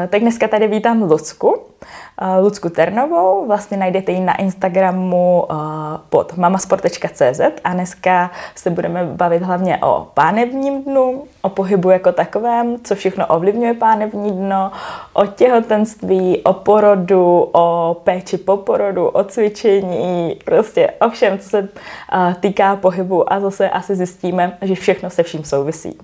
Tak dneska tady vítám Lucku Ternovou, vlastně najdete ji na Instagramu pod mamasport.cz a dneska se budeme bavit hlavně o pánevním dnu, o pohybu jako takovém, co všechno ovlivňuje pánevní dno, o těhotenství, o porodu, o péči po porodu, o cvičení, prostě o všem, co se týká pohybu a zase asi zjistíme, že všechno se vším souvisí.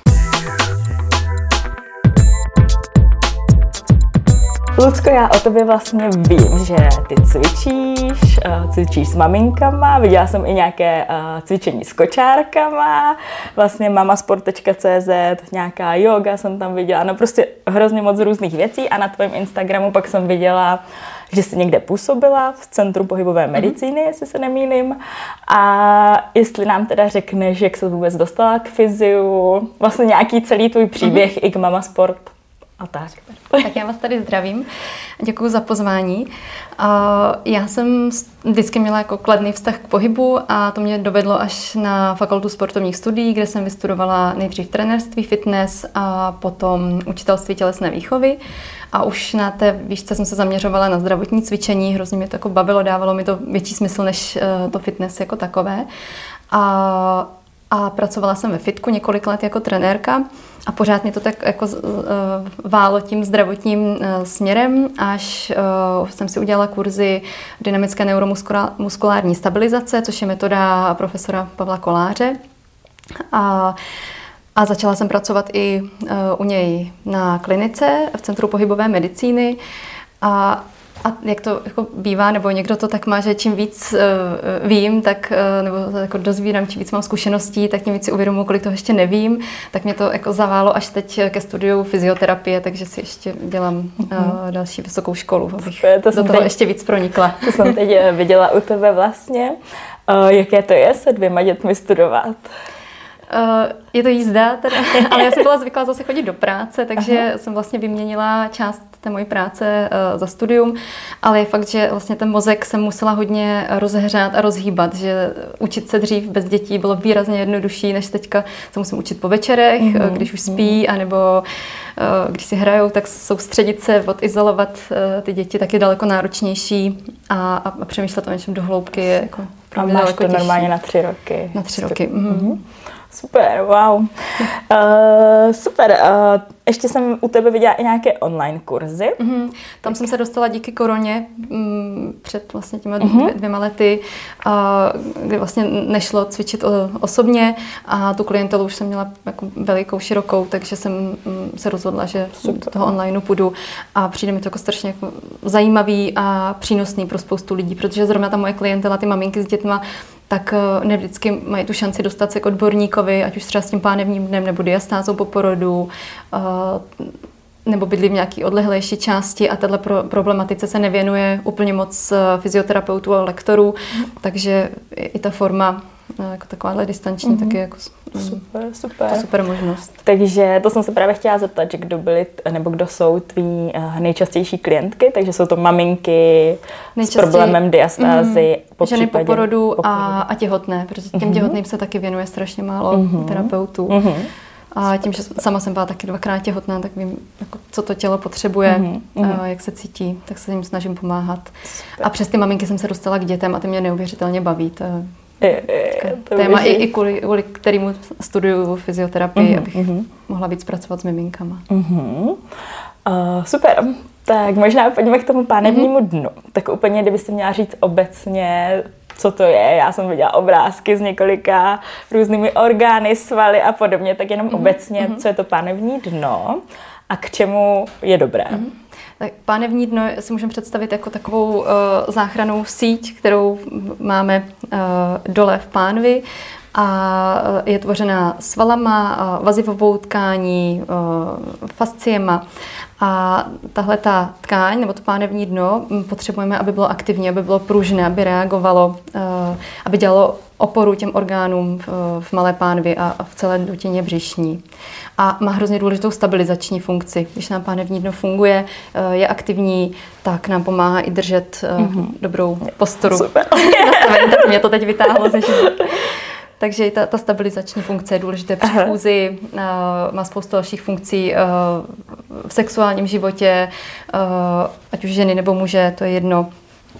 Lucko, já o tobě vlastně vím, že ty cvičíš s maminkama, viděla jsem i nějaké cvičení s kočárkama, vlastně mamasport.cz, nějaká yoga jsem tam viděla, no prostě hrozně moc různých věcí a na tvém Instagramu pak jsem viděla, že jsi někde působila v Centru pohybové medicíny, jestli se nemýlím, a jestli nám teda řekneš, jak se vůbec dostala k fyziu, vlastně nějaký celý tvůj příběh i k Mamasport. A tak. Tak já vás tady zdravím. Děkuji za pozvání. Já jsem vždycky měla jako kladný vztah k pohybu a to mě dovedlo až na Fakultu sportovních studií, kde jsem vystudovala nejdřív trenérství, fitness a potom učitelství tělesné výchovy. A už na té výšce jsem se zaměřovala na zdravotní cvičení, hrozně mě to jako bavilo, dávalo mi to větší smysl než to fitness jako takové. A pracovala jsem ve fitku několik let jako trenérka a pořád mě to tak jako válo tím zdravotním směrem, až jsem si udělala kurzy dynamické neuromuskulární stabilizace, což je metoda profesora Pavla Koláře. A začala jsem pracovat i u něj na klinice v Centru pohybové medicíny a jak to jako bývá, nebo někdo to tak má, že čím víc vím, tak, nebo jako dozvírám, čím víc mám zkušeností, tak tím víc si uvědomuji, kolik toho ještě nevím, tak mě to jako zaválo až teď ke studiu fyzioterapie, takže si ještě dělám další vysokou školu, abych do toho ještě víc pronikla. To jsem teď viděla u tebe vlastně. Jaké to je se 2 dětmi studovat? Je to jízda, teda, ale já jsem byla zvyklá zase chodit do práce, takže jsem vlastně vyměnila část té mojí práce za studium, ale je fakt, že vlastně ten mozek jsem musela hodně rozehřát a rozhýbat, že učit se dřív bez dětí bylo výrazně jednodušší, než teďka se musím učit po večerech, když už spí, anebo když si hrajou, tak soustředit se, odizolovat ty děti tak je daleko náročnější a přemýšlet o něčem do hloubky je jako pro mě daleko těžší. Normálně na 3 roky. Na 3 roky. Super, wow. Super. Ještě jsem u tebe viděla i nějaké online kurzy. Tam jsem se dostala díky koroně před vlastně těma 2 lety, kdy vlastně nešlo cvičit osobně a tu klientelu už jsem měla jako velikou, širokou, takže jsem se rozhodla, že do toho onlineu půjdu a přijde mi to jako strašně jako zajímavý a přínosný pro spoustu lidí, protože zrovna ta moje klientela, ty maminky s dětma, tak ne vždycky mají tu šanci dostat se k odborníkovi, ať už třeba s tím pánevním dnem nebo diastázou po porodu, nebo bydlí v nějaké odlehlejší části a téhle problematice se nevěnuje úplně moc fyzioterapeutů a lektorů, takže i ta forma jako takováhle distanční, tak je jako super možnost. Takže to jsem se právě chtěla zeptat, že kdo jsou tvý nejčastější klientky, takže jsou to maminky s problémem diastázy, ženy po porodu a těhotné, protože těm těhotným se taky věnuje strašně málo terapeutů. A tím, že sama jsem byla taky 2krát těhotná, tak vím, jako, co to tělo potřebuje, jak se cítí, tak se jim snažím pomáhat. Super. A přes ty maminky jsem se dostala k dětem a ty mě neuvěřitelně baví. To téma i kvůli kterému studuju fyzioterapii, abych mohla víc pracovat s miminkama. Super. Tak možná pojďme k tomu pánevnímu dnu. Tak úplně, kdybyste měla říct obecně, co to je. Já jsem viděla obrázky s několika různými orgány, svaly a podobně, tak jenom obecně, co je to pánevní dno a k čemu je dobré. Tak pánevní dno si můžeme představit jako takovou záchrannou síť, kterou máme dole v pánvi a je tvořena svalama, vazivovou tkání, fasciema. A tahle ta tkáň, nebo to pánevní dno, potřebujeme, aby bylo aktivní, aby bylo pružné, aby reagovalo, aby dělalo oporu těm orgánům v malé pánvi a v celé dutině břišní. A má hrozně důležitou stabilizační funkci. Když nám pánevní dno funguje, je aktivní, tak nám pomáhá i držet dobrou postoru. Super. Tak mě to teď vytáhlo ze života. Takže ta stabilizační funkce je důležité při chůzi, má spoustu dalších funkcí v sexuálním životě, ať už ženy nebo muže, to je jedno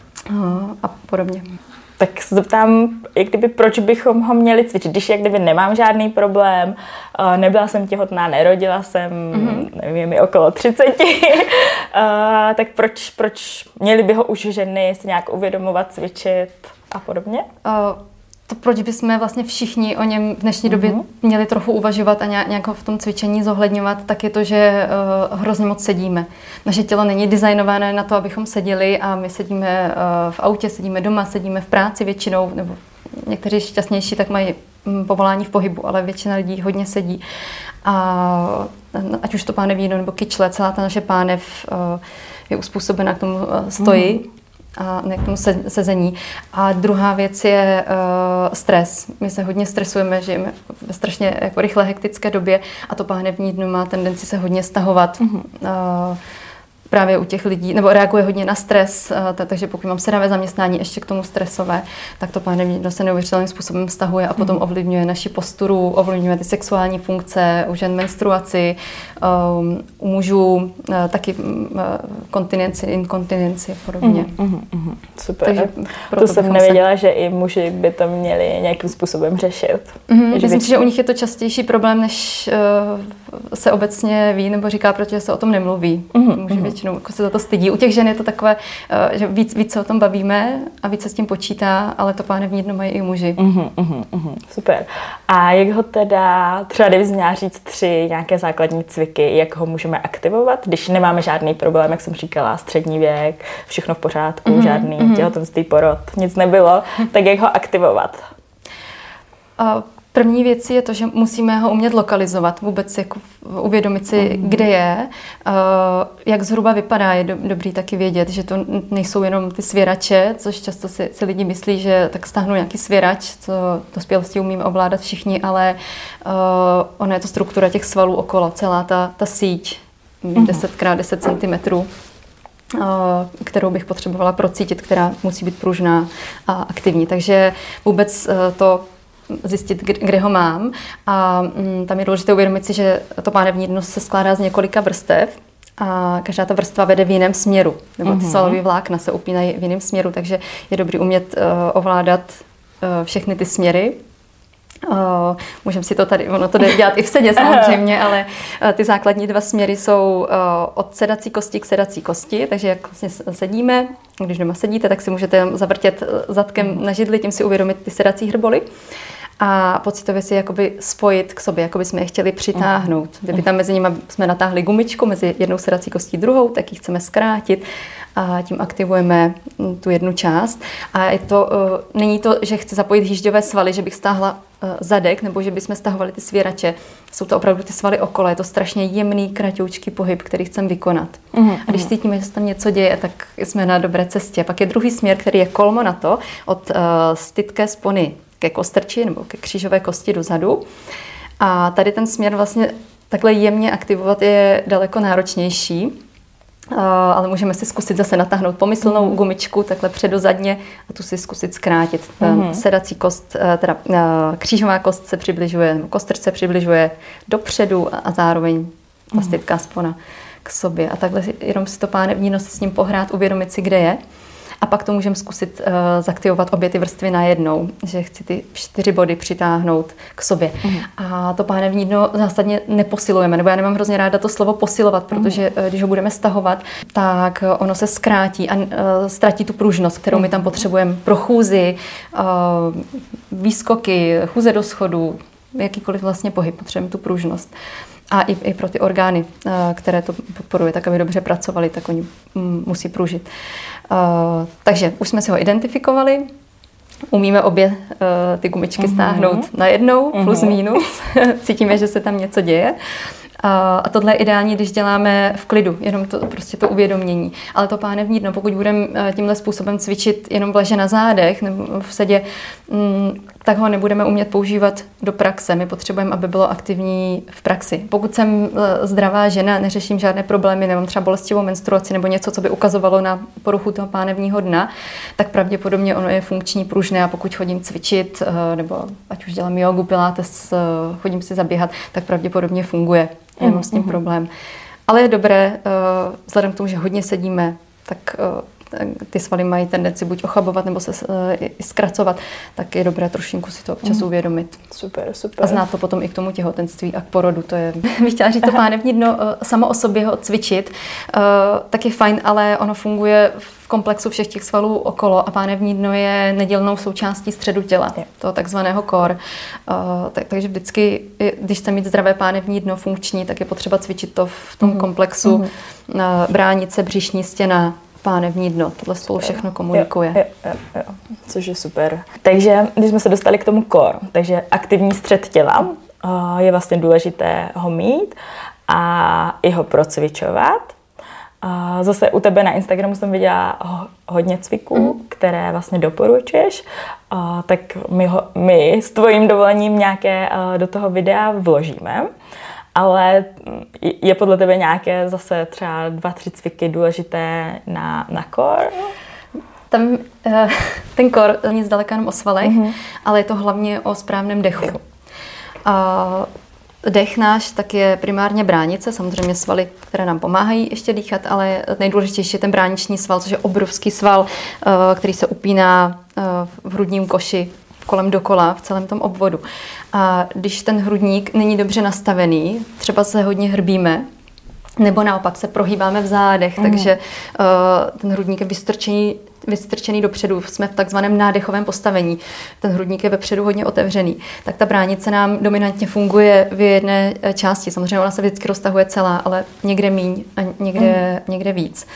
a podobně. Tak se zeptám, jak kdyby, proč bychom ho měli cvičit, když jak kdyby nemám žádný problém, nebyla jsem těhotná, nerodila jsem, nevím, je mi okolo 30, tak proč měli by ho už ženy si nějak uvědomovat, cvičit a podobně? To, proč bychom vlastně všichni o něm v dnešní době měli trochu uvažovat a nějak ho v tom cvičení zohledňovat, tak je to, že hrozně moc sedíme. Naše tělo není designované na to, abychom seděli a my sedíme v autě, sedíme doma, sedíme v práci většinou, nebo někteří šťastnější tak mají povolání v pohybu, ale většina lidí hodně sedí. A ať už to pánev jídlo nebo kyčle, celá ta naše pánev je uspůsobena k tomu stoji. A ne k tomu sezení. A druhá věc je stres. My se hodně stresujeme, žijeme ve strašně jako rychlé, hektické době a to pánevní dno má tendenci se hodně stahovat. Právě u těch lidí, nebo reaguje hodně na stres, takže pokud mám sedavé zaměstnání, ještě k tomu stresové, tak to pánevní dno se neuvěřitelným způsobem stahuje a potom ovlivňuje naši posturu, ovlivňuje ty sexuální funkce, u žen menstruaci, u mužů taky kontinenci, inkontinenci a podobně. Super. Takže to jsem nevěděla, že i muži by to měli nějakým způsobem řešit. Myslím si, že u nich je to častější problém, než se obecně ví nebo říká, protože se o tom nemluví. Muži většinou jako se za to stydí. U těch žen je to takové, že víc se o tom bavíme a víc se s tím počítá, ale to pánevní dno mají i muži. Super. A jak ho teda, třeba kdybys měla říct 3 nějaké základní cviky, jak ho můžeme aktivovat, když nemáme žádný problém, jak jsem říkala, střední věk, všechno v pořádku, žádný těhotenství, porod, nic nebylo, tak jak ho aktivovat? První věc je to, že musíme ho umět lokalizovat, vůbec jako uvědomit si, kde je, jak zhruba vypadá, je dobrý taky vědět, že to nejsou jenom ty svěrače, což často si lidi myslí, že tak stáhnu nějaký svěrač, co dospělosti umíme ovládat všichni, ale ona je to struktura těch svalů okolo, celá ta síť 10x10 cm, kterou bych potřebovala procítit, která musí být pružná a aktivní. Takže vůbec to zjistit, kde ho mám. A tam je důležité uvědomit si, že to pánevní dno se skládá z několika vrstev a každá ta vrstva vede v jiném směru. Nebo ty svalové vlákna se upínají v jiném směru, takže je dobrý umět ovládat všechny ty směry. Můžeme si to tady, ono to jde dělat i v sedě samozřejmě, ale ty základní 2 směry jsou od sedací kosti k sedací kosti, takže jak vlastně sedíme, když doma sedíte, tak si můžete zavrtět zadkem na židli, tím si uvědomit ty sedací hrboly a pocitově si jakoby spojit k sobě, jako by jsme je chtěli přitáhnout. Kdyby tam mezi nimi jsme natáhli gumičku mezi jednou sedací kostí druhou, tak ji chceme zkrátit a tím aktivujeme tu jednu část. A je to, není to, že chci zapojit hýžďové svaly, že bych stáhla zadek, nebo že bychom stahovali ty svěrače. Jsou to opravdu ty svaly okolo. Je to strašně jemný, kratoučký pohyb, který chceme vykonat. A když cítíme, že se tam něco děje, tak jsme na dobré cestě. Pak je druhý směr, který je kolmo na to, od stytké spony ke kostrči nebo ke křížové kosti dozadu. A tady ten směr vlastně takhle jemně aktivovat je daleko náročnější, ale můžeme si zkusit zase natáhnout pomyslnou gumičku takhle předozadně a tu si zkusit zkrátit. Sedací kost, teda křížová kost se přibližuje, nebo kostrč se přibližuje dopředu a zároveň ta stytká spona k sobě. A takhle jenom si to pánevní nos s ním pohrát, uvědomit si, kde je. A pak to můžeme zkusit zaktivovat obě ty vrstvy najednou, že chci ty 4 body přitáhnout k sobě. A to pánevní dno zásadně neposilujeme, nebo já nemám hrozně ráda to slovo posilovat, protože když ho budeme stahovat, tak ono se zkrátí a ztratí tu pružnost, kterou my tam potřebujeme pro chůzi, výskoky, chůze do schodu, jakýkoliv vlastně pohyb, potřebujeme tu pružnost. A i pro ty orgány, které to podporuje, tak aby dobře pracovali, tak oni musí pružit. Takže už jsme si ho identifikovali, umíme obě ty gumičky stáhnout najednou, plus minus, cítíme, že se tam něco děje. A tohle je ideální, když děláme v klidu, jenom prostě to uvědomění. Ale to pánevní dno, pokud budeme tímhle způsobem cvičit jenom vleže na zádech nebo v sedě, tak ho nebudeme umět používat do praxe. My potřebujeme, aby bylo aktivní v praxi. Pokud jsem zdravá žena, neřeším žádné problémy, nemám třeba bolestivou menstruaci nebo něco, co by ukazovalo na poruchu toho pánevního dna, tak pravděpodobně ono je funkční, pružné, a pokud chodím cvičit, nebo ať už dělám jogu, pilates, chodím si zaběhat, tak pravděpodobně funguje. Nemám s tím problém. Ale je dobré, vzhledem k tomu, že hodně sedíme, tak ty svaly mají tendenci buď ochabovat nebo se zkracovat, tak je dobré trošinku si to občas uvědomit. Super. A znát to potom i k tomu těhotenství a k porodu. To je, bych chtěla říct, to pánevní dno samo o sobě ho cvičit, tak je fajn, ale ono funguje v komplexu všech těch svalů okolo a pánevní dno je nedílnou součástí středu těla, toho takzvaného core. Takže vždycky, když chce mít zdravé pánevní dno funkční, tak je potřeba cvičit to v tom komplexu bránice, břišní stěna, pánevní dno. Tohle spolu všechno komunikuje. Jo. Což je super. Takže když jsme se dostali k tomu core, takže aktivní střed těla je vlastně důležité ho mít a i ho procvičovat. Zase u tebe na Instagramu jsem viděla hodně cviků, které vlastně doporučuješ, tak my s tvojím dovolením nějaké do toho videa vložíme. Ale je podle tebe nějaké zase třeba 2-3 cviky důležité na core? Tam ten core není zdaleka jenom o svalech, ale je to hlavně o správném dechu. Dech náš tak je primárně bránice, samozřejmě svaly, které nám pomáhají ještě dýchat, ale nejdůležitější je ten brániční sval, což je obrovský sval, který se upíná v hrudním koši kolem dokola v celém tom obvodu. A když ten hrudník není dobře nastavený, třeba se hodně hrbíme, nebo naopak se prohýbáme v zádech, takže ten hrudník je vystrčený dopředu, jsme v takzvaném nádechovém postavení. Ten hrudník je vepředu hodně otevřený. Tak ta bránice nám dominantně funguje v jedné části. Samozřejmě ona se vždycky roztahuje celá, ale někde míň a někde víc.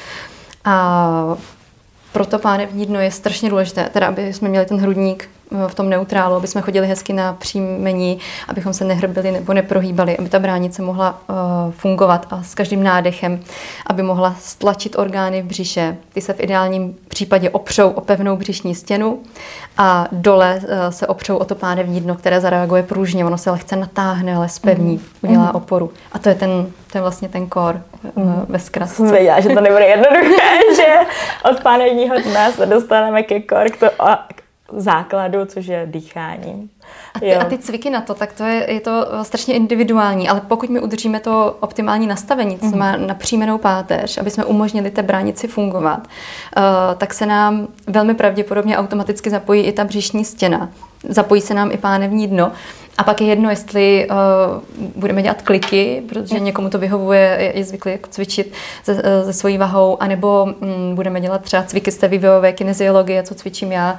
A proto pánevní dno je strašně důležité, teda aby jsme měli ten hrudník v tom neutrálu, aby jsme chodili hezky na příjmení, abychom se nehrbili nebo neprohýbali, aby ta bránice mohla fungovat a s každým nádechem, aby mohla stlačit orgány v břiše. Ty se v ideálním případě opřou o pevnou břišní stěnu a dole se opřou o to pánevní dno, které zareaguje pružně. Ono se lehce natáhne, ale zpevní, udělá oporu. A to je vlastně ten core ve zkratce. Jsem věděla, že to nebude jednoduché, že od pánevního dna se dostaneme ke core, k základu, což je dýchání. A ty cviky na to, tak je to strašně individuální, ale pokud my udržíme to optimální nastavení, to má napřímenou páteř, aby jsme umožnili té bránici fungovat, tak se nám velmi pravděpodobně automaticky zapojí i ta břišní stěna. Zapojí se nám i pánevní dno. A pak je jedno, jestli budeme dělat kliky, protože někomu to vyhovuje, je zvyklý jako cvičit se svojí vahou, anebo budeme dělat třeba cviky z té vývojové kineziologie, co cvičím já,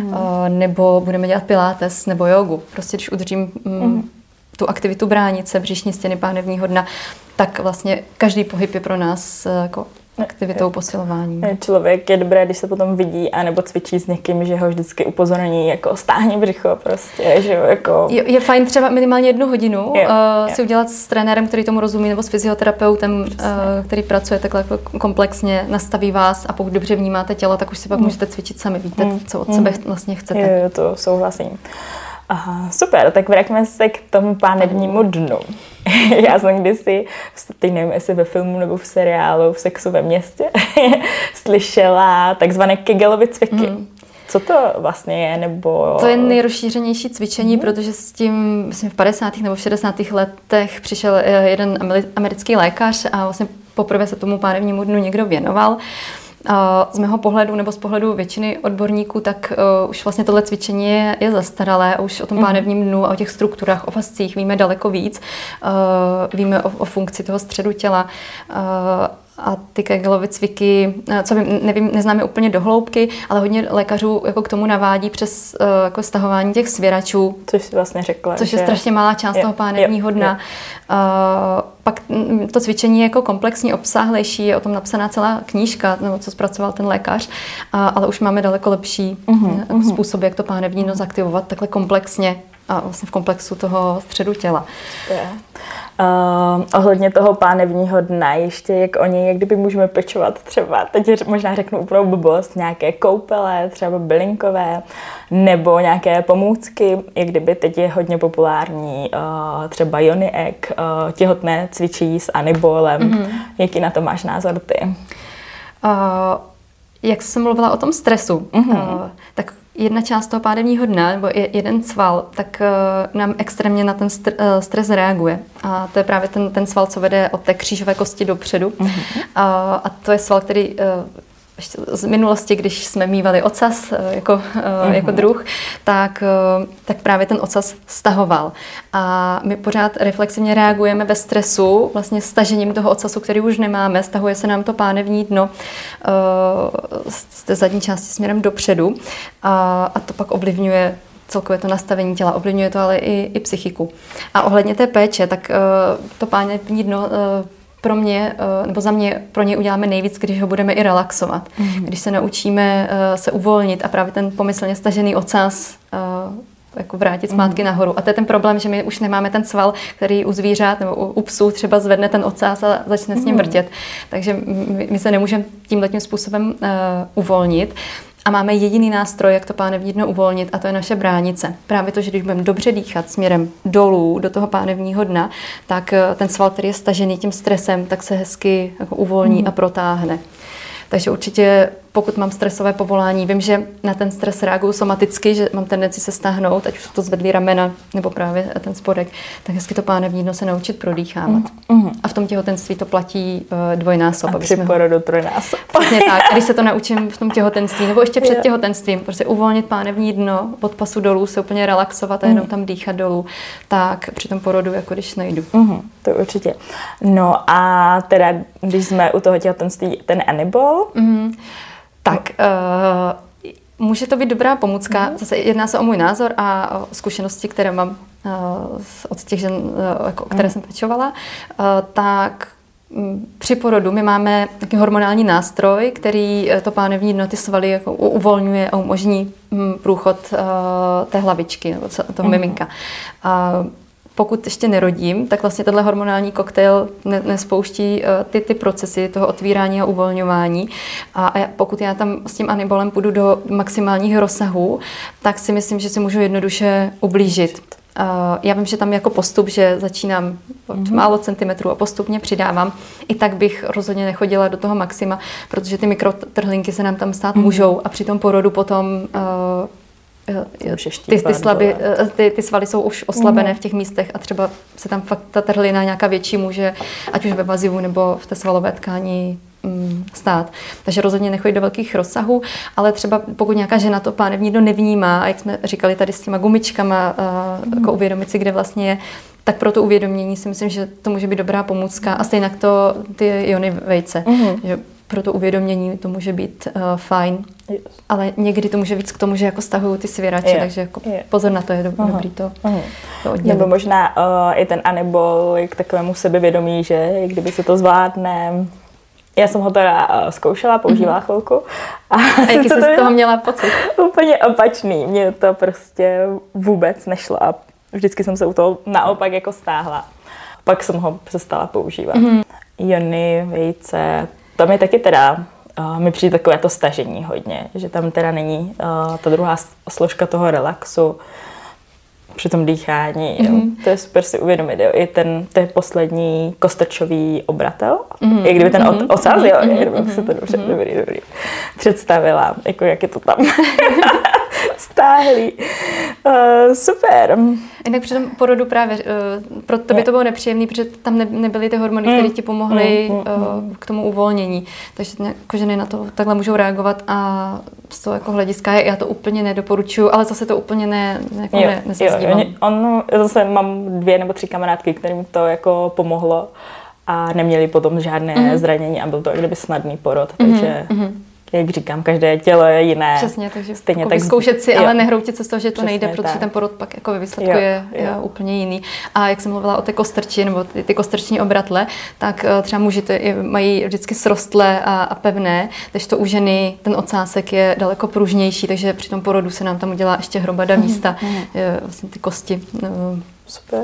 nebo budeme dělat pilates nebo jogu. Prostě když udržím tu aktivitu bránice, břišní stěny, pánevního dna, tak vlastně každý pohyb je pro nás jako aktivitou, posilováním. Člověk je dobré, když se potom vidí anebo cvičí s někým, že ho vždycky upozorní, jako stáhni břicho prostě, že jako... Je fajn třeba minimálně 1 hodinu si udělat s trenérem, který tomu rozumí, nebo s fyzioterapeutem, který pracuje takhle komplexně, nastaví vás a pokud dobře vnímáte tělo, tak už si pak můžete cvičit sami, víte, co od sebe vlastně chcete. Jo, to souhlasím. Aha, super, tak vraťme se k tomu pánevnímu dnu. Já jsem kdysi, teď nevím, jestli ve filmu nebo v seriálu v Sexu ve městě, slyšela takzvané Kegelovy cviky. Co to vlastně je? Nebo... To je nejrozšířenější cvičení, protože s tím, myslím, v 50. nebo v 60. letech přišel jeden americký lékař a vlastně poprvé se tomu pánevnímu dnu někdo věnoval. Z mého pohledu nebo z pohledu většiny odborníků, tak už vlastně tohle cvičení je zastaralé a už o tom pánevním dnu a o těch strukturách, o fascích víme daleko víc. Víme o funkci toho středu těla a ty Kegelovy cviky, co vím, neznám je úplně do hloubky, ale hodně lékařů jako k tomu navádí přes jako stahování těch svěračů. Což jsi vlastně řekla. Což je strašně malá část toho pánevního dna. Pak to cvičení je jako komplexní, obsáhlejší, je o tom napsaná celá knížka, nebo co zpracoval ten lékař, ale už máme daleko lepší způsob, jak to pánevní dno zaktivovat takhle komplexně a vlastně v komplexu toho středu těla. Ohledně toho pánevního dna ještě, jak o něj, jak kdyby můžeme pečovat třeba, teď možná řeknu úplnou blbost, nějaké koupele, třeba bylinkové, nebo nějaké pomůcky, jak kdyby teď je hodně populární třeba Yoni Egg, těhotné cvičí s anibolem. Jaký na to máš názor ty? Jak jsem mluvila o tom stresu, tak jedna část toho pánevního dna, nebo jeden sval, tak nám extrémně na ten stres reaguje. A to je právě ten sval, co vede od té křížové kosti dopředu. A to je sval, který ještě z minulosti, když jsme mívali ocas jako druh, tak právě ten ocas stahoval. A my pořád reflexivně reagujeme ve stresu, vlastně stažením toho ocasu, který už nemáme, stahuje se nám to pánevní dno z té zadní části směrem dopředu a to pak ovlivňuje celkově to nastavení těla, ovlivňuje to ale i psychiku. A ohledně té péče, tak to pánevní dno pro mě, nebo za mě pro ně uděláme nejvíc, když ho budeme i relaxovat. Když se naučíme se uvolnit a právě ten pomyslně stažený ocas jako vrátit zpátky nahoru. A to je ten problém, že my už nemáme ten sval, který u zvířat nebo u psů třeba zvedne ten ocas a začne s ním vrtět. Takže my se nemůžeme tímhletím způsobem uvolnit. A máme jediný nástroj, jak to pánevní dno uvolnit, a to je naše bránice. Právě to, že když budeme dobře dýchat směrem dolů do toho pánevního dna, tak ten sval, který je stažený tím stresem, tak se hezky jako uvolní a protáhne. Takže určitě, pokud mám stresové povolání, vím, že na ten stres reaguju somaticky, že mám tendenci se stáhnout, ať už jsou to zvedlý ramena nebo právě ten spodek, tak hezky to pánevní dno se naučit prodýchávat. A v tom těhotenství to platí dvojnásob. A při porodu trojnásob. Přesně tak. A když se to naučím v tom těhotenství, nebo ještě před těhotenstvím, prostě uvolnit pánevní dno od pasu dolů, se úplně relaxovat a jenom tam dýchat dolů, tak při tom porodu, jako když nejdu. To určitě. No a teda, když jsme u toho těhotenství, ten anibol? Tak, může to být dobrá pomůcka. Zase jedná se o můj názor a o zkušenosti, které mám od těch žen, které jsem pečovala. Tak při porodu my máme takový hormonální nástroj, který to pánevní dno, ty svaly jako uvolňuje a umožní průchod té hlavičky nebo toho miminka. Pokud ještě nerodím, tak vlastně tenhle hormonální koktejl nespouští ty procesy toho otvírání a uvolňování. A pokud já tam s tím anibolem půjdu do maximálních rozsahů, tak si myslím, že si můžu jednoduše ublížit. Já vím, že tam jako postup, že začínám od málo centimetrů a postupně přidávám. I tak bych rozhodně nechodila do toho maxima, protože ty mikrotrhlinky se nám tam stát můžou a při tom porodu potom ty svaly jsou už oslabené v těch místech a třeba se tam fakt ta trhlina nějaká větší může, ať už ve vazivu nebo v té svalové tkání stát. Takže rozhodně nechodí do velkých rozsahů, ale třeba pokud nějaká žena to pánevní dno nevnímá, a jak jsme říkali tady s těma gumičkama, jako uvědomit si, kde vlastně je, tak pro to uvědomění si myslím, že to může být dobrá pomůcka. A stejně to ty iony vejce. Že pro to uvědomění to může být fajn. Yes. Ale někdy to může víc k tomu, že jako stahují ty svěrače, takže jako pozor na to, je dobrý to oddělit. Nebo možná i ten anibol k takovému sebevědomí, že kdyby se to zvládne. Já jsem ho teda zkoušela, používala chvilku. A jaký jsi z toho měla pocit? Úplně opačný. Mně to prostě vůbec nešlo a vždycky jsem se u toho naopak jako stáhla. Pak jsem ho přestala používat. Iony, vejce, tam je taky teda, mi přijde takové to stažení hodně, že tam teda není ta druhá složka toho relaxu při tom dýchání. To je super si uvědomit. Jo. I ten poslední kostrčový obratel, jak kdyby ten ocas, kdyby se to dobře dobrý představila, jako jak je to tam stáhlý. Super. Jinak při tom porodu právě, pro tebe to bylo nepříjemný, protože tam nebyly ty hormony, které ti pomohly k tomu uvolnění. Takže jako ženy na to takhle můžou reagovat a z toho jako hlediska já to úplně nedoporučuju, ale zase to úplně nezazdívám. Zase mám 2 nebo 3 kamarádky, kterým to jako pomohlo a neměli potom žádné zranění a byl to jak kdyby snadný porod, takže jak říkám, každé tělo je jiné. Přesně, takže stejně jako tak vyzkoušet si, ale nehroutit se z toho, že to Přesně nejde, protože tak. ten porod pak jako ve výsledku je úplně jiný. A jak jsem mluvila o té kostrči, nebo ty kostrční obratle, tak třeba muži mají vždycky srostlé a pevné, kdežto u ženy ten ocásek je daleko pružnější, takže při tom porodu se nám tam udělá ještě hromada místa, vlastně ty kosti. Super.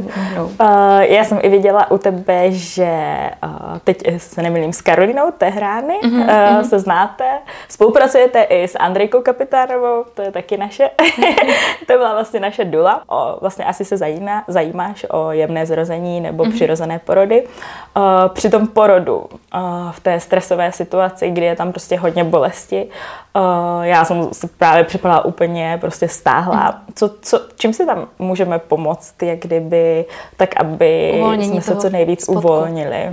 Já jsem i viděla u tebe, že teď se nemýlím s Karolínou Tehrány, se znáte, spolupracujete i s Andrejkou Kapitánovou, to je taky naše, to byla vlastně naše dula. Vlastně asi se zajímáš o jemné zrození nebo přirozené porody. Při tom porodu, v té stresové situaci, kdy je tam prostě hodně bolesti, já jsem si právě připadala úplně prostě stáhla. Čím si tam můžeme pomoct, jak kdyby, tak aby jsme se co nejvíc uvolnili?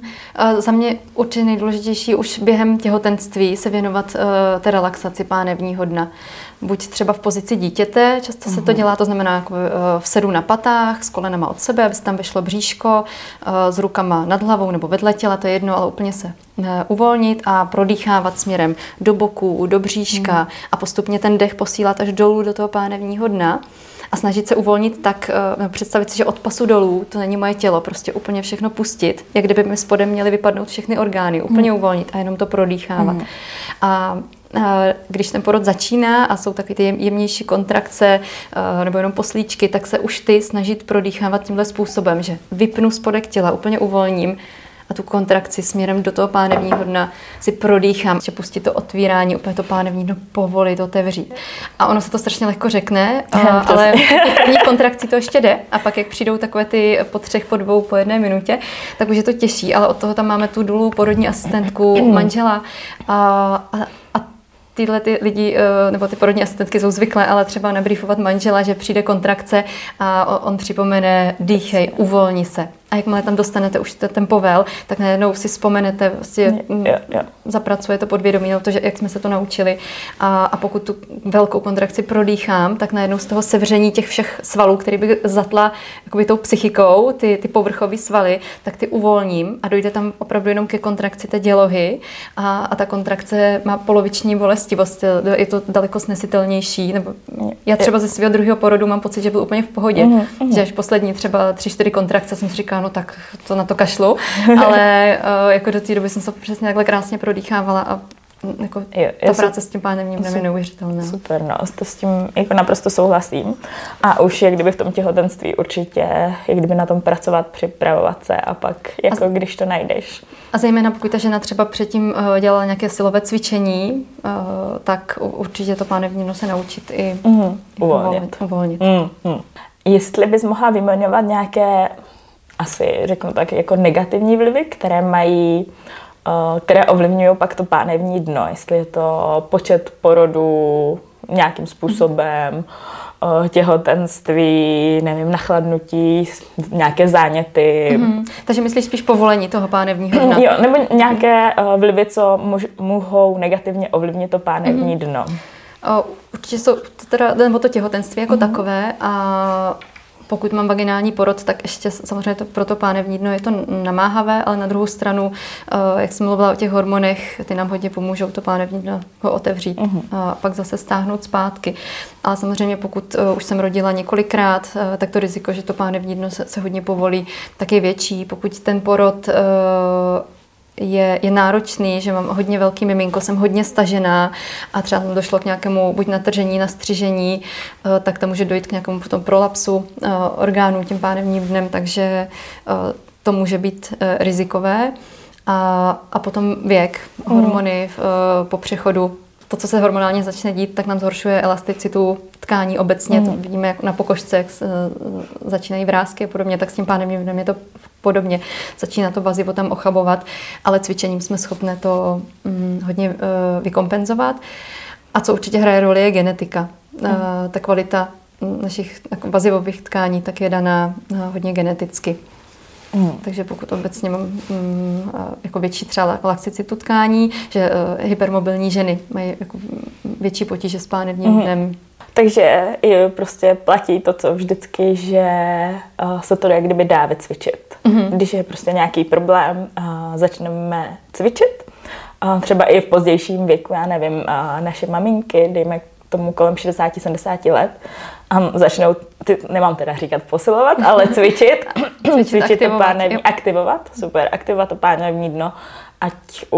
Za mě určitě nejdůležitější už během těhotenství se věnovat té relaxaci pánevního dna. Buď třeba v pozici dítěte, často se to dělá, to znamená jako v sedu na patách, s kolenama od sebe, aby se tam vyšlo bříško, s rukama nad hlavou nebo vedle těla, to je jedno, ale úplně se uvolnit a prodýchávat směrem do boku, do bříška a postupně ten dech posílat až dolů do toho pánevního dna. A snažit se uvolnit tak, představit si, že od pasu dolů, to není moje tělo, prostě úplně všechno pustit, jak kdyby mi spodem měly vypadnout všechny orgány, úplně uvolnit a jenom to prodýchávat. A když ten porod začíná a jsou takové ty jemnější kontrakce nebo jenom poslíčky, tak se už ty snažit prodýchávat tímhle způsobem, že vypnu spodek těla, úplně uvolním a tu kontrakci směrem do toho pánevního dna si prodýchám, že pustit to otvírání, úplně to pánevní dno povolit, otevřít. A ono se to strašně lehko řekne, ale v první kontrakci to ještě jde a pak jak přijdou takové ty po 3, po 2, po 1 minutě, tak už je to těžší, ale od toho tam máme tu dulu, porodní asistentku, manžela a tyhle ty lidi, nebo ty porodní asistentky jsou zvyklé, ale třeba nabrýfovat manžela, že přijde kontrakce a on připomene, dýchej, uvolni se. A jakmile tam dostanete už ten povel, tak najednou si vzpomenete, vlastně zapracuje to podvědomí, to, že jak jsme se to naučili. A pokud tu velkou kontrakci prodýchám, tak najednou z toho sevření těch všech svalů, který bych zatla jakoby tou psychikou, ty povrchové svaly, tak ty uvolním a dojde tam opravdu jenom ke kontrakci té dělohy a ta kontrakce má poloviční bolestivost, je to daleko snesitelnější. Nebo já třeba ze svého druhého porodu mám pocit, že byl úplně v pohodě, že až poslední třeba 3-4 kontrakce jsem si říkala, no tak to na to kašlu, ale jako do té doby jsem se přesně takhle krásně prodýchávala a jako ta práce s tím pánevním dnem je neuvěřitelná. Super, no, to s tím jako naprosto souhlasím. A už jak kdyby v tom těhotenství určitě, jak kdyby na tom pracovat, připravovat se a pak jako když to najdeš. A zejména pokud ta žena třeba předtím dělala nějaké silové cvičení, tak určitě to pánevní dno se naučit i uvolnit. Jestli bys mohla vyjmenovat nějaké, asi řeknu tak, jako negativní vlivy, které ovlivňují pak to pánevní dno, jestli je to počet porodů nějakým způsobem, těhotenství, nevím, nachladnutí, nějaké záněty. Takže myslíš spíš povolení toho pánevního dna? Jo, nebo nějaké vlivy, co mohou negativně ovlivnit to pánevní dno. Určitě jsou nebo to těhotenství jako takové a pokud mám vaginální porod, tak ještě samozřejmě pro to pánevní dno je to namáhavé, ale na druhou stranu, jak jsem mluvila o těch hormonech, ty nám hodně pomůžou to pánevní dno ho otevřít a pak zase stáhnout zpátky. Ale samozřejmě pokud už jsem rodila několikrát, tak to riziko, že to pánevní dno se hodně povolí, tak je větší. Pokud ten porod je náročný, že mám hodně velký miminko, jsem hodně stažená a třeba tam došlo k nějakému buď natržení, nastřižení, tak tam může dojít k nějakému potom prolapsu orgánů tím pánevním dnem, takže to může být rizikové. A potom věk, hormony po přechodu. To, co se hormonálně začne dít, tak nám zhoršuje elasticitu tkání obecně. To vidíme jak na pokožce, jak začínají vrásky a podobně, tak s tím pánevním dnem je to podobně. Začíná to vazivo tam ochabovat, ale cvičením jsme schopni to hodně vykompenzovat. A co určitě hraje roli, je genetika. Ta kvalita našich vazivových tkání tak je daná hodně geneticky. Takže pokud obecně mám jako větší třeba laxicitu tkání, že hypermobilní ženy mají jako větší potíže s pánevním dnem. Takže prostě platí to, co vždycky, že se to jak kdyby dá vycvičit. Když je prostě nějaký problém, začneme cvičit třeba i v pozdějším věku, já nevím, naše maminky, dejme tomu kolem 60-70 let, začnou, nemám teda říkat posilovat, ale cvičit aktivovat, super, aktivovat to pánevní dno, ať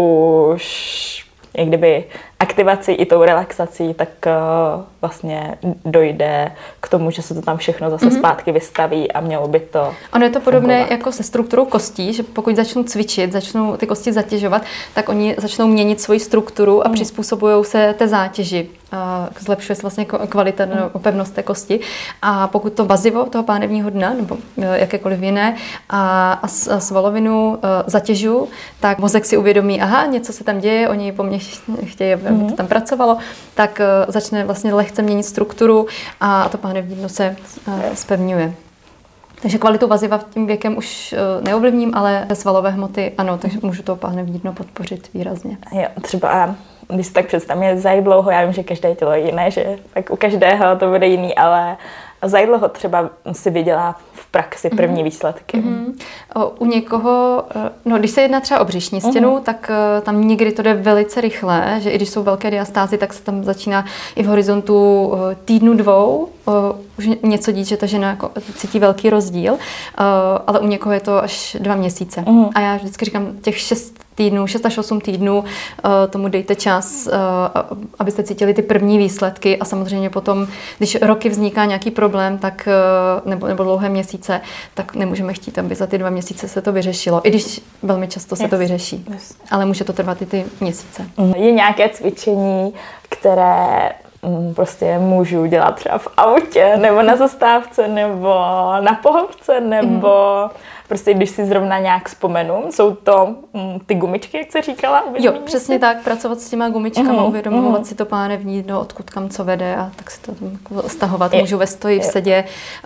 už jak kdyby aktivací i tou relaxací, tak vlastně dojde k tomu, že se to tam všechno zase zpátky vystaví a mělo by to Ono je to podobné jako se strukturou kostí, že pokud začnou cvičit, začnou ty kosti zatěžovat, tak oni začnou měnit svoji strukturu a přizpůsobují se té zátěži. Zlepšuje se vlastně kvalita nebo pevnost té kosti. A pokud to vazivo toho pánevního dna nebo jakékoliv jiné a svalovinu zatěžuju, tak mozek si uvědomí, aha, něco se tam děje, oni po mně chtějí, aby to tam pracovalo, tak začne vlastně lehce měnit strukturu a to pánevní dno se zpevňuje. Takže kvalitu vaziva tím věkem už neovlivním, ale svalové hmoty ano, takže můžu to pánevní dno podpořit výrazně. Jo, třeba když si tak představím, za jak dlouho, já vím, že každé tělo je jiné, že tak u každého to bude jiný, ale za jak dlouho třeba si viděla v praxi první výsledky? U někoho, no když se jedná třeba o břišní stěnu, tak tam někdy to jde velice rychle, že i když jsou velké diastázy, tak se tam začíná i v horizontu týdnu, dvou už něco dít, že ta žena jako cítí velký rozdíl, ale u někoho je to až 2 měsíce. A já vždycky říkám, těch 6 až 8 týdnů tomu dejte čas, abyste cítili ty první výsledky a samozřejmě potom, když roky vzniká nějaký problém, tak, nebo dlouhé měsíce, tak nemůžeme chtít, aby za ty 2 měsíce se to vyřešilo, i když velmi často se to vyřeší, ale může to trvat i ty měsíce. Je nějaké cvičení, které prostě můžu dělat třeba v autě, nebo na zastávce, nebo na pohovce, nebo prostě když si zrovna nějak vzpomenu, jsou to ty gumičky, jak jsi říkala? Jo, přesně tak, pracovat s těma gumičkama, uvědomovat si to pánevní dno, odkud kam co vede a tak si to stahovat. Můžu ve stoji, v sedě.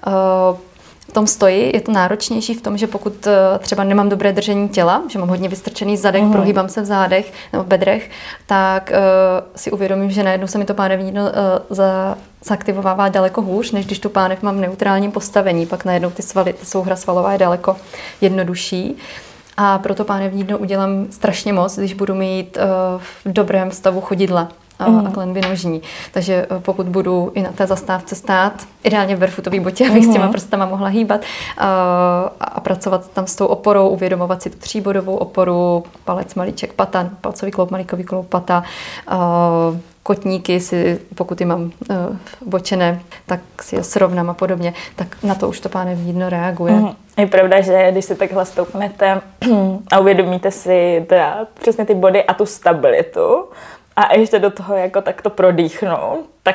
V tom stoji je to náročnější v tom, že pokud třeba nemám dobré držení těla, že mám hodně vystrčený zadek, prohýbám se v zádech nebo v bedrech, tak si uvědomím, že najednou se mi to pánevní dno zaaktivovává daleko hůř, než když tu pánev mám v neutrálním postavení. Pak najednou ty svaly, ta souhra svalová je daleko jednodušší. A proto pánevní dno udělám strašně moc, když budu mít v dobrém stavu chodidla a klenby nožní. Takže pokud budu i na té zastávce stát, ideálně v barefootové botě, abych s těma prstama mohla hýbat a pracovat tam s tou oporou, uvědomovat si tu 3bodovou oporu, palec, malíček, pata, palcový kloup, malíkový kloup, pata, kotníky, si, pokud je mám bočené, tak si je srovnám a podobně, tak na to už to pánevní dno reaguje. Je pravda, že když si takhle stoupnete a uvědomíte si teda přesně ty body a tu stabilitu, a ještě do toho jako tak to prodýchnout, tak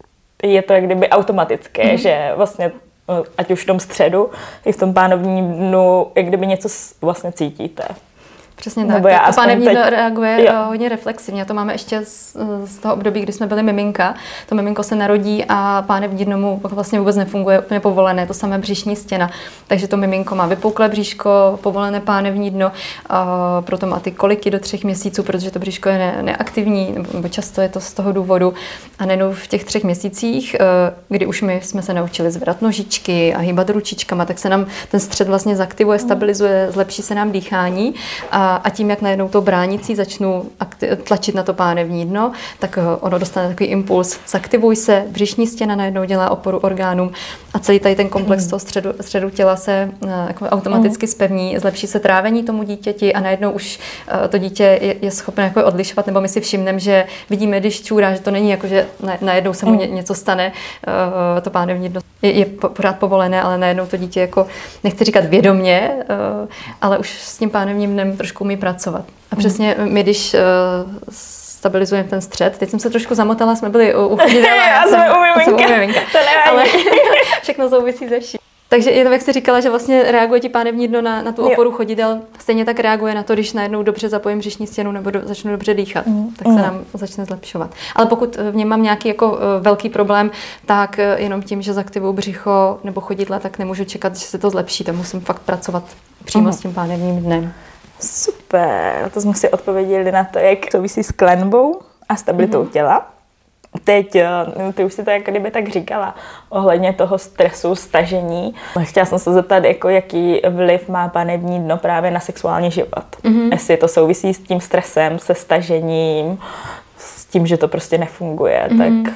je to jak kdyby automatické, že vlastně ať už v tom středu, i v tom pánevním dnu, jak kdyby něco vlastně cítíte. Přesně tak. To pánevní dno reaguje hodně reflexivně. To máme ještě z toho období, kdy jsme byli miminka. To miminko se narodí a pánevní dno mu vlastně vůbec nefunguje, úplně povolené. To samé břišní stěna. Takže to miminko má vypouklé bříško, povolené pánevní dno, proto má ty koliky do 3 měsíců, protože to bříško je neaktivní, nebo často je to z toho důvodu. A nejenom v těch 3 měsících, kdy už my jsme se naučili zvedat nožičky a hýbat ručičkama, tak se nám ten střed vlastně zaktivuje, stabilizuje, zlepší se nám dýchání. A tím, jak najednou to bránicí začnu tlačit na to pánevní dno, tak ono dostane takový impuls. Zaktivuj se, břišní stěna najednou dělá oporu orgánům a celý tady ten komplex toho středu těla se jako automaticky zpevní, zlepší se trávení tomu dítěti a najednou už to dítě je schopné jako odlišovat, nebo my si všimneme, že vidíme, když čůrá, že to není jako, že najednou se mu něco stane, to pánevní dno je pořád povolené, ale najednou to dítě jako, nechci říkat vědomě, ale už s tím pánevním dnem trošku umí pracovat. A přesně my, když stabilizujeme ten střed, teď jsem se trošku zamotala, jsme byli u chodidela. Já jsem u miminka. To ale všechno souvisí ze vším. Takže jenom jak jsi říkala, že vlastně reaguje ti pánevní dno na tu oporu chodidel, stejně tak reaguje na to, když najednou dobře zapojím břišní stěnu nebo začnu dobře dýchat, tak se nám začne zlepšovat. Ale pokud v něm mám nějaký jako velký problém, tak jenom tím, že zaktivuju břicho nebo chodidla, tak nemůžu čekat, že se to zlepší, tak musím fakt pracovat přímo s tím pánevním dnem. Super, to jsme si odpověděli na to, jak souvisí s klenbou a stabilitou těla. Teď, ty už si to jako kdyby tak říkala, ohledně toho stresu, stažení. Chtěla jsem se zeptat, jako jaký vliv má panevní dno právě na sexuální život. Jestli to souvisí s tím stresem, se stažením, s tím, že to prostě nefunguje, tak...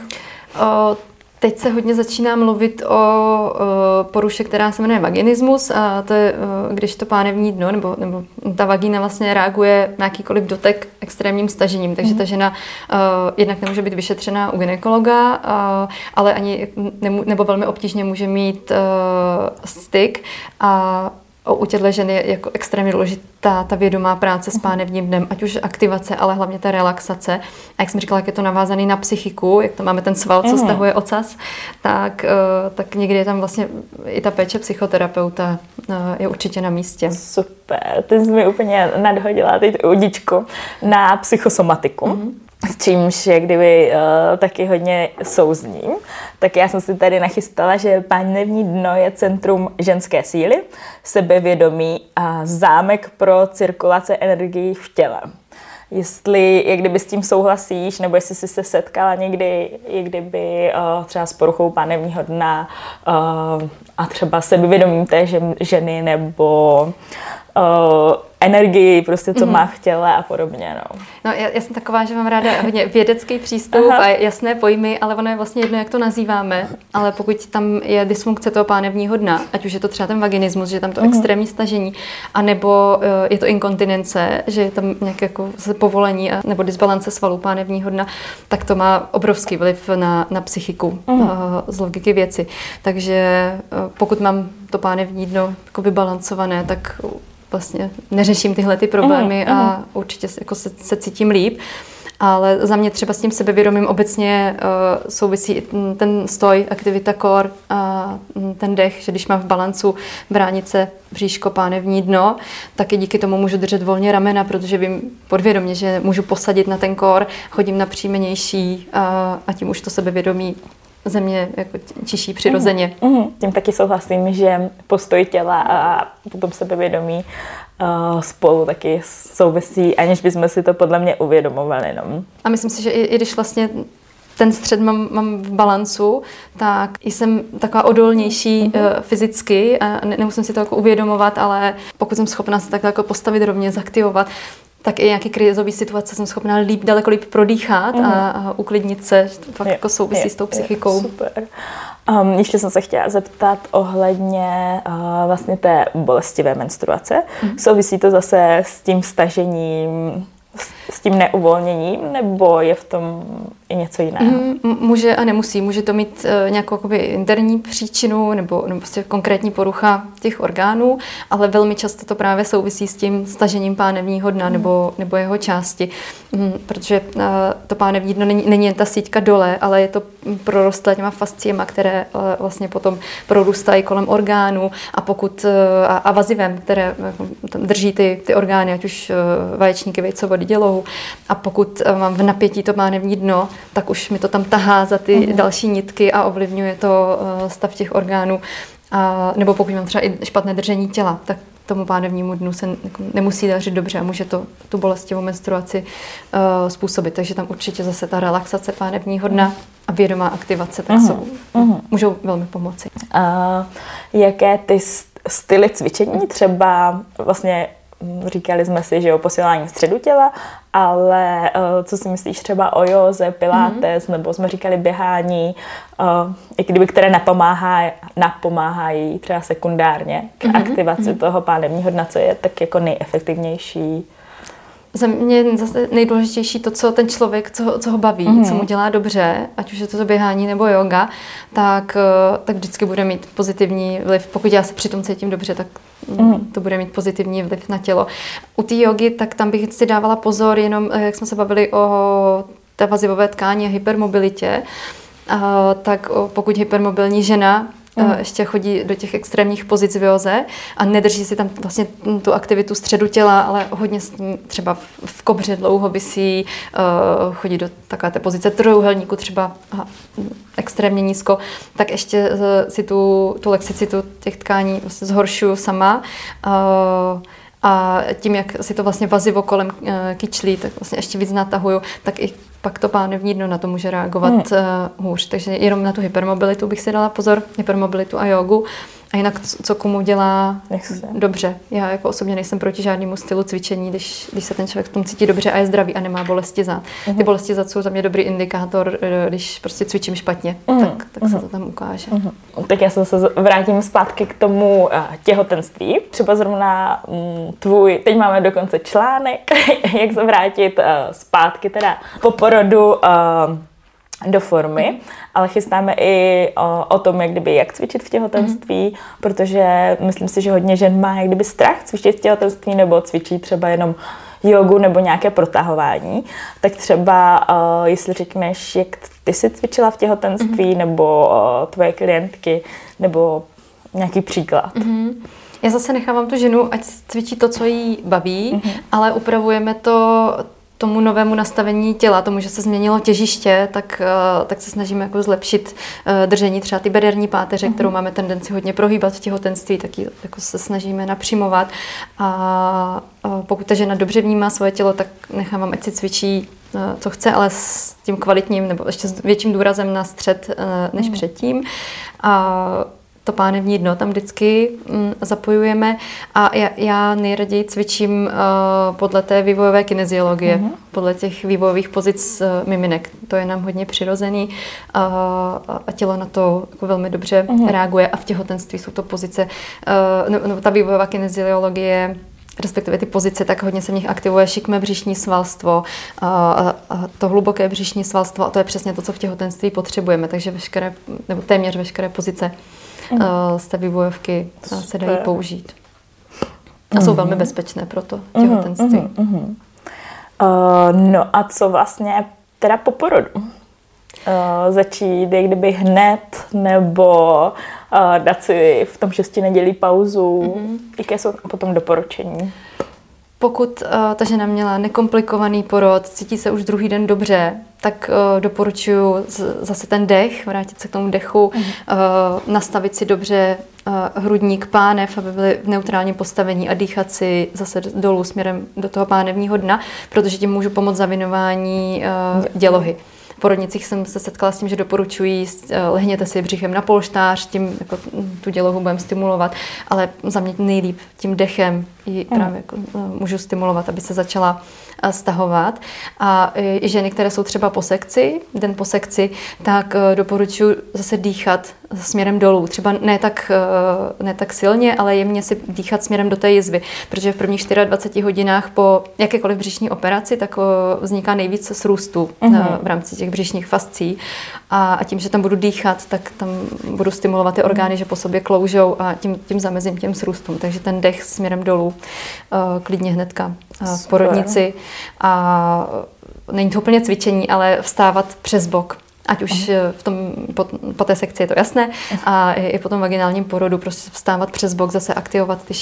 Teď se hodně začíná mluvit o poruše, která se jmenuje vaginismus, a to je, když to pánevní dno nebo ta vagína vlastně reaguje na jakýkoliv dotek extrémním stažením. Takže ta žena jednak nemůže být vyšetřená u gynekologa, ale ani nebo velmi obtížně může mít styk. A u těchto žen je jako extrémně důležitá ta vědomá práce s pánevním dnem, ať už aktivace, ale hlavně ta relaxace. A jak jsem říkala, jak je to navázaný na psychiku, jak to máme ten sval, co stahuje ocas, tak někdy je tam vlastně i ta péče psychoterapeuta je určitě na místě. Super, ty jsi mi úplně nadhodila teď udičku na psychosomatiku. S čímž je kdyby taky hodně souzním. Tak já jsem si tady nachystala, že pánevní dno je centrum ženské síly, sebevědomí a zámek pro cirkulace energií v těle. Jestli, jak kdyby s tím souhlasíš, nebo jestli jsi se setkala někdy, jak kdyby třeba s poruchou pánevního dna a třeba sebevědomím té ženy, nebo energii, prostě co má v těle a podobně. No já jsem taková, že mám ráda hodně vědecký přístup a jasné pojmy, ale ono je vlastně jedno, jak to nazýváme, ale pokud tam je dysfunkce toho pánevního dna, ať už je to třeba ten vaginismus, že je tam to extrémní stažení, anebo je to inkontinence, že je tam nějaké jako povolení nebo disbalance svalů pánevního dna, tak to má obrovský vliv na psychiku z logiky věci. Takže pokud mám to pánevní dno jako vybalancované, tak vlastně neřeším tyhle ty problémy a určitě jako se cítím líp. Ale za mě třeba s tím sebevědomím obecně souvisí ten stoj, aktivita core a ten dech, že když mám v balancu bránice, bříško, pánevní dno, tak i díky tomu můžu držet volně ramena, protože vím podvědomě, že můžu posadit na ten core, chodím na příjmenější a tím už to sebevědomí země jako čiší přirozeně. Tím taky souhlasím, že postoj těla a potom sebevědomí spolu taky souvisí, aniž bychom si to podle mě uvědomovali. No. A myslím si, že i když vlastně ten střed mám v balancu, tak jsem taková odolnější fyzicky a nemusím si to jako uvědomovat, ale pokud jsem schopná se takhle jako postavit rovně, zaktivovat, tak i nějaký krizový situace jsem schopná daleko líp prodýchat a uklidnit se, že to fakt jako souvisí s tou psychikou. Super. Ještě jsem se chtěla zeptat ohledně vlastně té bolestivé menstruace. Souvisí to zase s tím stažením, s tím neuvolněním, nebo je v tom i něco jiného? Může a nemusí. Může to mít nějakou interní příčinu nebo prostě konkrétní porucha těch orgánů, ale velmi často to právě souvisí s tím stažením pánevního dna nebo jeho části, protože to pánevní dno není jen ta síťka dole, ale je to prorostlé těma fasciema, které vlastně potom prorůstají kolem orgánů a pokud a vazivem, které drží ty orgány, ať už vaječníky, vejcovody, dělohu. A pokud mám v napětí to pánevní dno, tak už mi to tam tahá za ty další nitky a ovlivňuje to stav těch orgánů. Nebo pokud mám třeba i špatné držení těla, tak tomu pánevnímu dnu se nemusí dařit dobře a může to tu bolestivou menstruaci způsobit. Takže tam určitě zase ta relaxace pánevního dna a vědomá aktivace tak můžou velmi pomoci. Jaké ty styly cvičení třeba vlastně říkali jsme si, že o posilování středu těla, ale co si myslíš třeba o józe, pilates, nebo jsme říkali běhání, které napomáhají třeba sekundárně k aktivaci toho pánevního dna, co je tak jako nejefektivnější? Za mě je zase nejdůležitější to, co ten člověk, co ho baví, co mu dělá dobře, ať už je to běhání nebo yoga, tak vždycky bude mít pozitivní vliv. Pokud já se přitom cítím dobře, tak to bude mít pozitivní vliv na tělo. U té jogy, tak tam bych si dávala pozor, jenom jak jsme se bavili o té vazivové tkáni a hypermobilitě, tak pokud hypermobilní žena ještě chodí do těch extrémních pozic v józe a nedrží si tam vlastně tu aktivitu středu těla, ale hodně třeba v kobře dlouho visí, chodí do takové té pozice trojúhelníku třeba extrémně nízko, tak ještě si tu lexicitu těch tkání vlastně zhoršuju sama. A tím, jak si to vlastně vazivo kolem kyčlí, tak vlastně ještě víc natahuju, tak i pak to pánevní dno na to může reagovat hůř. Takže jenom na tu hypermobilitu bych si dala pozor, hypermobilitu a jogu. A jinak co komu dělá dobře. Já jako osobně nejsem proti žádnému stylu cvičení, když se ten člověk v tom cítí dobře a je zdravý a nemá bolesti zad. Ty bolesti zad jsou za mě dobrý indikátor, když prostě cvičím špatně, tak se to tam ukáže. Tak já se zase vrátím zpátky k tomu těhotenství. Třeba zrovna teď máme dokonce článek, jak se vrátit zpátky teda po porodu do formy, ale chystáme i o tom, jak cvičit v těhotenství, protože myslím si, že hodně žen má jak kdyby strach cvičit v těhotenství nebo cvičí třeba jenom jogu nebo nějaké protahování. Tak třeba, jestli řekneš, jak ty jsi cvičila v těhotenství nebo tvoje klientky, nebo nějaký příklad. Já zase nechávám tu ženu, ať cvičí to, co jí baví, ale upravujeme to tomu novému nastavení těla, tomu, že se změnilo těžiště, tak se snažíme jako zlepšit držení třeba ty bederní páteře, kterou máme tendenci hodně prohýbat v těhotenství, tak ji jako se snažíme napřimovat. A pokud ta žena dobře vnímá svoje tělo, tak nechávám, ať si cvičí, co chce, ale s tím kvalitním nebo ještě s větším důrazem na střed než předtím. A to pánevní dno tam vždycky zapojujeme a já nejraději cvičím podle té vývojové kineziologie, podle těch vývojových pozic miminek. To je nám hodně přirozený a tělo na to jako velmi dobře reaguje a v těhotenství jsou to pozice, nebo ta vývojová kineziologie, respektive ty pozice, tak hodně se v nich aktivuje šikmé břišní svalstvo, a to hluboké břišní svalstvo a to je přesně to, co v těhotenství potřebujeme, takže nebo téměř veškeré pozice z té vývojovky se dají použít. A jsou velmi bezpečné pro to těhotenství. No a co vlastně teda po porodu? Začít jak kdyby hned, nebo dát si v tom 6 nedělí pauzu? Jaké jsou potom doporučení? Pokud ta žena měla nekomplikovaný porod, cítí se už druhý den dobře, tak doporučuji zase ten dech, vrátit se k tomu dechu, nastavit si dobře hrudník, pánev, aby byly v neutrálním postavení a dýchat si zase dolů směrem do toho pánevního dna, protože tím můžu pomoct zavinování dělohy. V porodnicích jsem se setkala s tím, že doporučují, lehněte si břichem na polštář, tím jako tu dělohu budeme stimulovat, ale za mě nejlíp tím dechem ji právě jako můžu stimulovat, aby se začala stahovat. A i ženy, které jsou třeba po sekci, den po sekci, tak doporučuji zase dýchat směrem dolů. Třeba ne tak silně, ale jemně si dýchat směrem do té jizvy, protože v prvních 24 hodinách po jakékoliv břišní operaci tak vzniká nejvíce srůstů v rámci těch břišních fascí. A tím, že tam budu dýchat, tak tam budu stimulovat ty orgány, že po sobě kloužou a tím zamezím těm srůstům. Takže ten dech směrem dolů, klidně hnedka v porodnici. A není to úplně cvičení, ale vstávat přes bok. Ať už po té sekci je to jasné, a i po tom vaginálním porodu prostě vstávat přes bok, zase aktivovat ty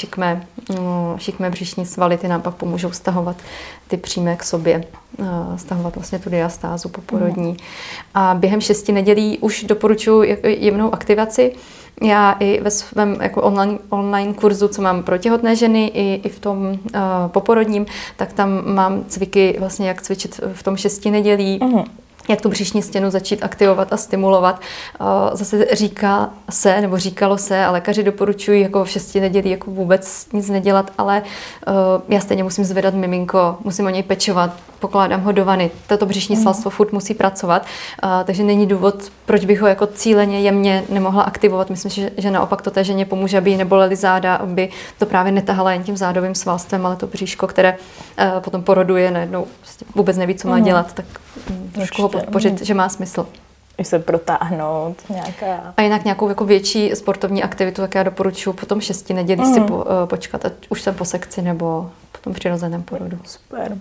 šikmé břišní svaly, ty nám pak pomůžou stahovat ty přímé k sobě, stahovat vlastně tu diastázu poporodní. A během 6 nedělí už doporučuji jemnou aktivaci. Já i ve svém jako online kurzu, co mám pro těhotné ženy, i v tom poporodním, tak tam mám cviky, vlastně jak cvičit v tom 6 nedělí, jak tu břišní stěnu začít aktivovat a stimulovat. Zase říkalo se, a lékaři doporučují jako v 6 nedělí jako vůbec nic nedělat, ale já stejně musím zvedat miminko, musím o něj pečovat, pokládám ho do vany. Toto břišní svalstvo furt musí pracovat, takže není důvod, proč bych ho jako cíleně jemně nemohla aktivovat. Myslím si, že naopak to té ženě pomůže, aby jí nebolely záda, aby to právě netahala jen tím zádovým svalstvem, ale to bříško, které potom poroduje, najednou prostě vůbec neví, co má dělat, tak trošku ho podpořit, že má smysl. I se protáhnout nějaká... A jinak nějakou jako větší sportovní aktivitu, tak já doporučuji potom 6 nedělí si počkat, ať už jsem po sekci nebo po tom přirozeném porodu. Super.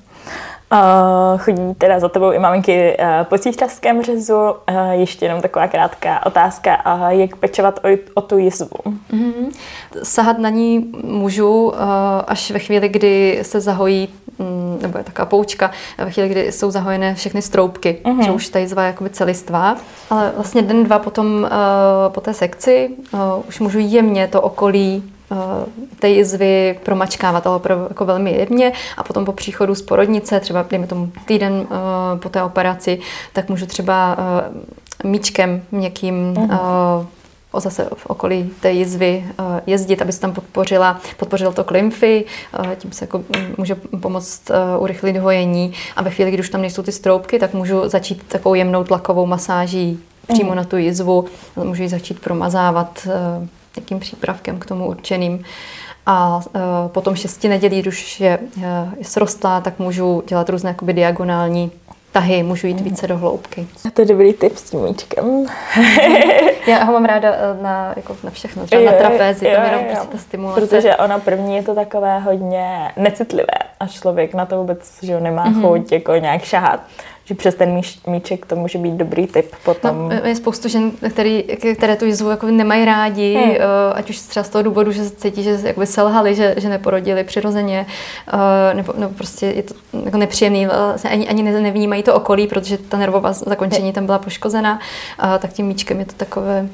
Chodí teda za tebou i maminky po císařském řezu. Ještě jenom taková krátká otázka. Jak pečovat o tu jizvu? Sahat na ní můžu až ve chvíli, kdy se zahojí, nebo je taková poučka, ve chvíli, kdy jsou zahojené všechny stroupky, že už ta jizva je jakoby celistvá. Ale vlastně den, dva potom po té sekci už můžu jemně to okolí té jizvy promačkávat, ale opravdu jako velmi jemně a potom po příchodu z porodnice, třeba dejme tomu týden po té operaci, tak můžu třeba míčkem měkkým zase v okolí té jizvy jezdit, aby se tam podpořil tok lymfy, tím se jako může pomoct urychlit hojení a ve chvíli, když už tam nejsou ty stroupky, tak můžu začít takovou jemnou tlakovou masáží přímo na tu jizvu, můžu ji začít promazávat nějakým přípravkem k tomu určeným. A potom 6 nedělí, když už je srostlá, tak můžu dělat různé jakoby diagonální tahy, můžu jít více do hloubky. To je dobrý tip s tím míčkem. Já ho mám ráda na všechno, třeba na trapézi, tam jenom prostě ta stimulace. Protože ono první je to takové hodně necitlivé a člověk na to vůbec že nemá chuť jako nějak šahat. Že přes ten míček to může být dobrý tip potom. No, je spoustu žen, které tu jizvu jako nemají rádi, ať už třeba z toho důvodu, že se cítí, že jakoby selhali, že neporodili přirozeně, nebo prostě je to jako nepříjemný, vlastně ani nevnímají to okolí, protože ta nervová zakončení tam byla poškozena, tak tím míčkem je to takové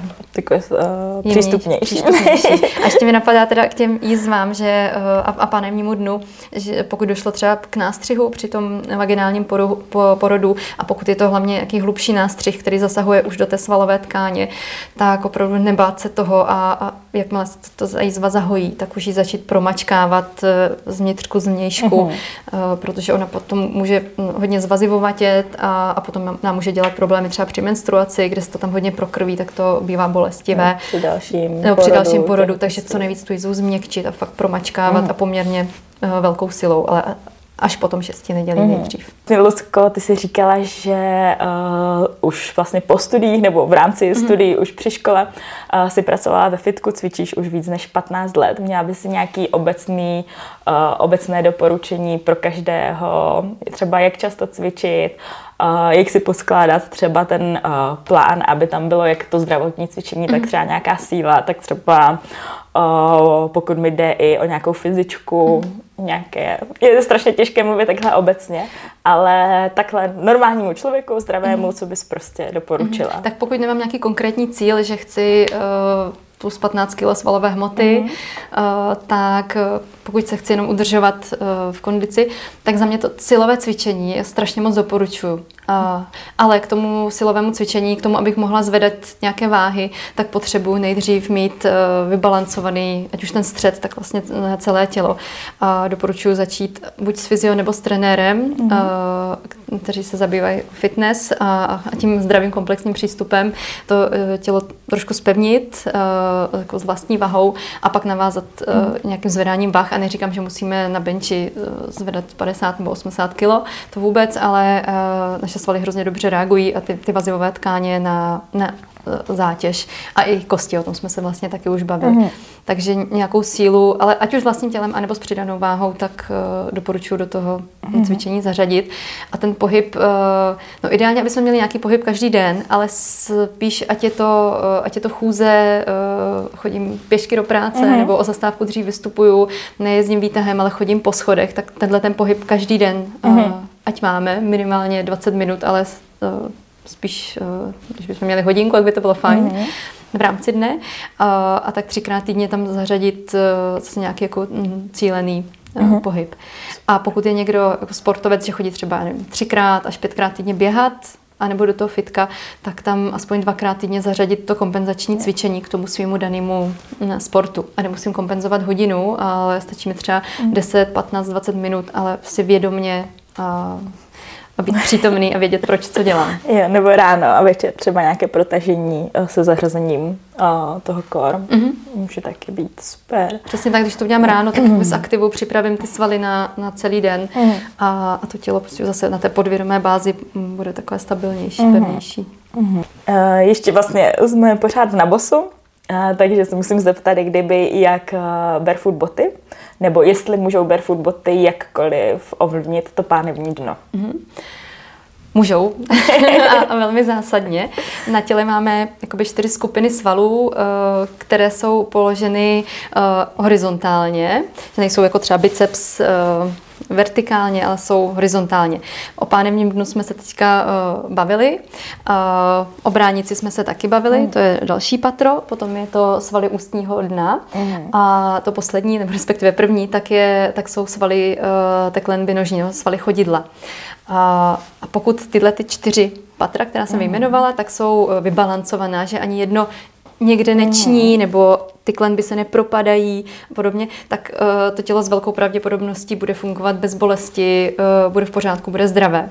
přístupnější. A ještě mi napadá teda k těm jizvám, že a panevnímu dnu, že pokud došlo třeba k nástřihu při tom vaginálním porodu a pokud je to hlavně nějaký hlubší nástřih, který zasahuje už do té svalové tkáně, tak opravdu nebát se toho a jakmile se to jizva zahojí, tak už ji začít promačkávat zvnitřku, zvnějšku, protože ona potom může hodně zvazivovatět a potom nám může dělat problémy třeba při menstruaci, kde se to tam hodně prokrví, tak to bývá bolestivé. Při dalším porodu, takže co nejvíc tu jizvu změkčit a fakt promačkávat a poměrně velkou silou, ale až potom 6 nedělí nejdřív. Lucko, ty jsi říkala, že už vlastně po studiích nebo v rámci studií už při škole si pracovala ve fitku, cvičíš už víc než 15 let. Měla by si nějaký obecné doporučení pro každého, třeba jak často cvičit, jak si poskládat třeba ten plán, aby tam bylo jak to zdravotní cvičení, tak třeba nějaká síla, tak třeba pokud mi jde i o nějakou fyzičku, je strašně těžké mluvit takhle obecně, ale takhle normálnímu člověku, zdravému, co bys prostě doporučila? Tak pokud nemám nějaký konkrétní cíl, že chci plus 15 kg svalové hmoty, tak pokud se chci jenom udržovat v kondici, tak za mě to silové cvičení strašně moc doporučuji. Ale k tomu silovému cvičení, k tomu, abych mohla zvedat nějaké váhy, tak potřebuji nejdřív mít vybalancovaný, ať už ten střed, tak vlastně celé tělo. Doporučuji začít buď s fyzio nebo s trenérem, kteří se zabývají fitness a tím zdravým komplexním přístupem to tělo trošku zpevnit jako s vlastní vahou a pak navázat nějakým zvedáním vah. A neříkám, že musíme na benči zvedat 50 nebo 80 kg, to vůbec, ale naše svaly hrozně dobře reagují a ty vazivové tkáně na zátěž a i kosti, o tom jsme se vlastně taky už bavili. Takže nějakou sílu, ale ať už s vlastním tělem, anebo s přidanou váhou, tak doporučuji do toho cvičení zařadit. A ten pohyb, no ideálně, aby jsme měli nějaký pohyb každý den, ale spíš, ať je to chůze, chodím pěšky do práce, nebo o zastávku dřív vystupuju, nejezdím výtahem, ale chodím po schodech, tak tenhle ten pohyb každý den, ať máme minimálně 20 minut, ale spíš, když bychom měli hodinku, jak by to bylo fajn v rámci dne. A tak 3krát týdně tam zařadit zase nějaký jako cílený pohyb. A pokud je někdo jako sportovec, že chodí třeba 3krát až 5krát týdně běhat, anebo do toho fitka, tak tam aspoň 2krát týdně zařadit to kompenzační cvičení k tomu svýmu danému sportu. A nemusím kompenzovat hodinu, ale stačí mi třeba 10, 15, 20 minut, ale si vědomě a být přítomný a vědět, proč co dělám. Jo, nebo ráno a večer třeba nějaké protažení se zařazením toho core. Může taky být super. Přesně tak, když to udělám ráno, tak z aktivu připravím ty svaly na celý den a to tělo prostě zase na té podvědomé bázi bude takové stabilnější, pevnější. Ještě vlastně jsme pořád na bosu, takže se musím zeptat, kdyby jak barefoot boty, nebo jestli můžou barefoot boty jakkoliv ovlivnit to pánevní dno. Můžou a velmi zásadně. Na těle máme jakoby 4 skupiny svalů, které jsou položeny horizontálně, že nejsou jako třeba biceps vertikálně, ale jsou horizontálně. O pánevním dnu jsme se teďka bavili, o bránici jsme se taky bavili, to je další patro, potom je to svaly ústního dna a to poslední, nebo respektive první, tak jsou svaly teklenby nožní, svaly chodidla. A pokud tyhle ty 4 patra, která jsem vyjmenovala, tak jsou vybalancovaná, že ani jedno někde neční, nebo ty klenby se nepropadají a podobně, tak to tělo s velkou pravděpodobností bude fungovat bez bolesti, bude v pořádku, bude zdravé.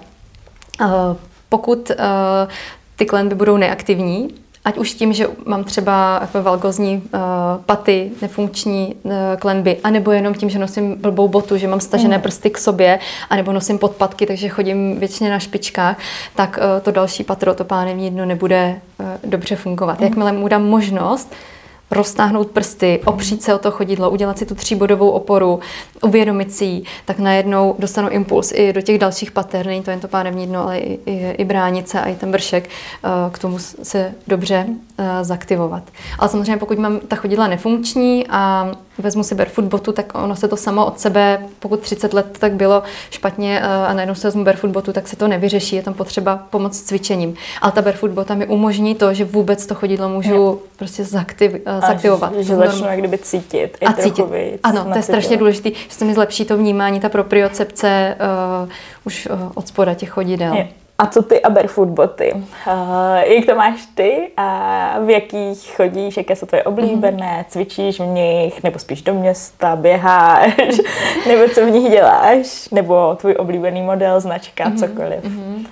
Pokud ty klenby budou neaktivní, ať už tím, že mám třeba valgózní paty, nefunkční klenby, anebo jenom tím, že nosím blbou botu, že mám stažené prsty k sobě, anebo nosím podpatky, takže chodím většině na špičkách, tak to další patro, to pánevní dno, nebude dobře fungovat. Jakmile mu dám možnost roztáhnout prsty, opřít se o to chodidlo, udělat si tu 3bodovou oporu, uvědomit si ji, tak najednou dostanu impuls i do těch dalších pater, není to jen to pánevní dno, ale i bránice a i ten vršek, k tomu se dobře zaktivovat. Ale samozřejmě pokud mám ta chodidla nefunkční a vezmu si barefoot botu, tak ono se to samo od sebe, pokud 30 let tak bylo špatně a najednou se vezmu barefoot botu, tak se to nevyřeší, je tam potřeba pomoc s cvičením. Ale ta barefoot bota mi umožní to, že vůbec to chodidlo můžu prostě zaktivovat. Že začnu jak kdyby cítit. A cítit. Ano, to je strašně důležité, že se mi zlepší to vnímání, ta propriocepce už od spoda těch chodidel. Je. A co ty a barefoot boty? Jak to máš ty a v jakých chodíš, jaké jsou tvoje oblíbené, cvičíš v nich, nebo spíš do města, běháš, nebo co v nich děláš, nebo tvůj oblíbený model, značka, cokoliv.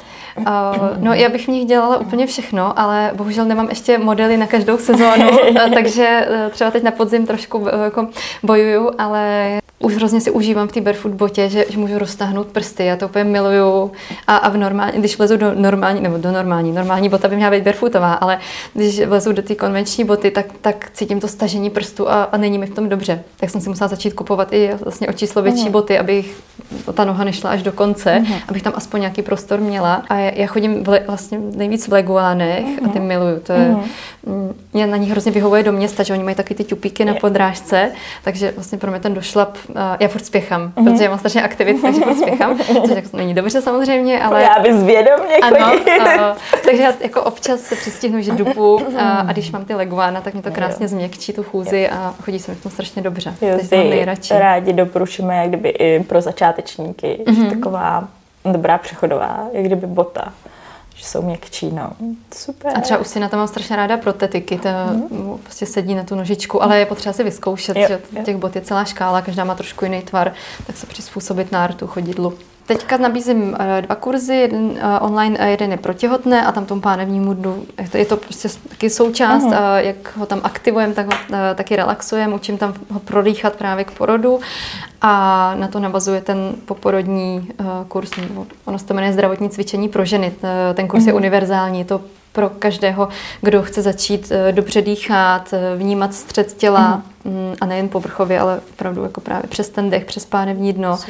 No, já bych v nich dělala úplně všechno, ale bohužel nemám ještě modely na každou sezónu, takže třeba teď na podzim trošku jako bojuju, ale už hrozně si užívám v té barefoot botě, že můžu roztáhnout prsty, já to úplně miluju a když vlezu do normální bota by měla být barefootová, ale když vlezu do té konvenční boty, tak cítím to stažení prstů a není mi v tom dobře. Tak jsem si musela začít kupovat i vlastně o číslo větší boty, abych ta noha nešla až do konce, abych tam aspoň nějaký prostor měla. A já chodím vlastně nejvíc v leguánech a ty miluju. To je, mě na nich hrozně vyhovuje do města, že oni mají taky ty ťupíky na podrážce, takže vlastně pro mě ten došlap, já furt spěchám, protože já mám strašně aktivit, takže furt spěchám, což jako není dobře samozřejmě, ale... Já bys vědomě chodit. Takže já jako občas se přistihnu, že dupu a když mám ty leguána, tak mě to krásně změkčí tu chůzi a chodí se mi v tom strašně dobře. To mám nejradši. Rádi doporučujeme jak kdyby i pro začátečníky, že taková dobrá přechodová, jak kdyby bota. Že jsou měkčí, no. Super. A třeba už si na to mám strašně ráda protetiky, to prostě sedí na tu nožičku, ale je potřeba si vyzkoušet, že těch bot je celá škála, každá má trošku jiný tvar, tak se přizpůsobit nártu, chodidlu. Teďka nabízím 2 kurzy, jeden online a jeden je pro těhotné a tam tomu pánevnímu dnu, je to prostě taky součást, jak ho tam aktivujeme, tak ho taky relaxujeme, učím tam ho prodýchat právě k porodu a na to navazuje ten poporodní kurz, ono se to jmenuje zdravotní cvičení pro ženy, ten kurz je univerzální, je to pro každého, kdo chce začít dobře dýchat, vnímat střed těla a nejen povrchově, ale opravdu jako právě přes ten dech, přes pánevní dno.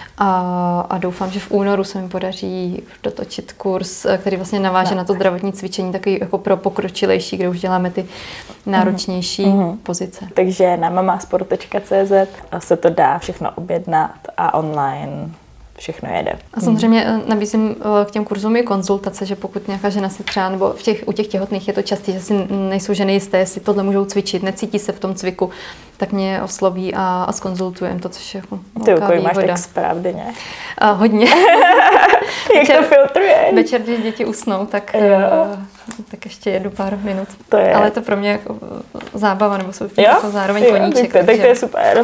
A doufám, že v únoru se mi podaří dotočit kurz, který vlastně naváže na to zdravotní cvičení, takový jako pro pokročilejší, kde už děláme ty náročnější pozice. Takže na mamasport.cz se to dá všechno objednat a online všechno jede. A samozřejmě nabízím k těm kurzům i konzultace, že pokud nějaká žena si třeba, nebo u těch těhotných je to časté, že si nejsou ženy jisté, jestli tohle můžou cvičit, necítí se v tom cviku, tak mě osloví a zkonzultujeme to, což je jako velká výhoda. Máš tak správně, ne? Hodně. Jak to filtruje? Večer, když děti usnou, tak ještě jedu pár minut. Ale je to pro mě jako zábava, nebo jsou jako zároveň koníček. Tak to je super.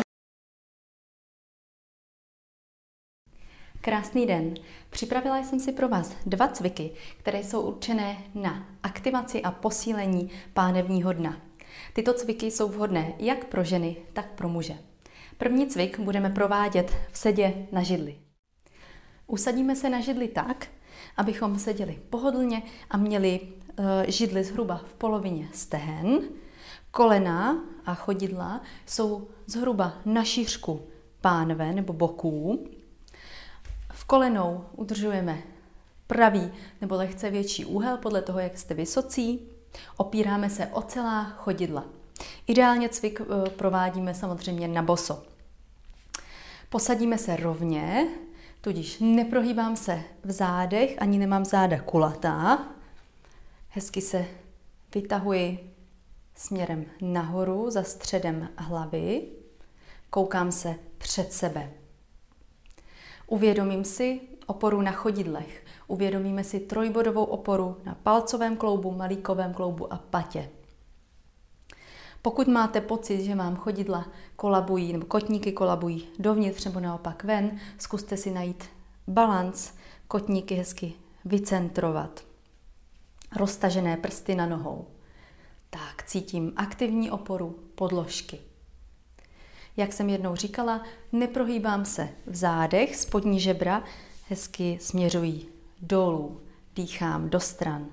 Krásný den. Připravila jsem si pro vás 2 cviky, které jsou určené na aktivaci a posílení pánevního dna. Tyto cviky jsou vhodné jak pro ženy, tak pro muže. První cvik budeme provádět v sedě na židli. Usadíme se na židli tak, abychom seděli pohodlně a měli židli zhruba v polovině stehen. Kolena a chodidla jsou zhruba na šířku pánve nebo boků. V kolenou udržujeme pravý nebo lehce větší úhel podle toho, jak jste vysocí. Opíráme se o celá chodidla. Ideálně cvik provádíme samozřejmě na boso. Posadíme se rovně, tudíž neprohýbám se v zádech, ani nemám záda kulatá. Hezky se vytahuji směrem nahoru za středem hlavy. Koukám se před sebe. Uvědomím si oporu na chodidlech. Uvědomíme si trojbodovou oporu na palcovém kloubu, malíkovém kloubu a patě. Pokud máte pocit, že vám chodidla kolabují nebo kotníky kolabují dovnitř nebo naopak ven, zkuste si najít balanc, kotníky hezky vycentrovat. Roztažené prsty na nohou. Tak, cítím aktivní oporu podložky. Jak jsem jednou říkala, neprohýbám se v zádech, spodní žebra hezky směřují dolů, dýchám do stran.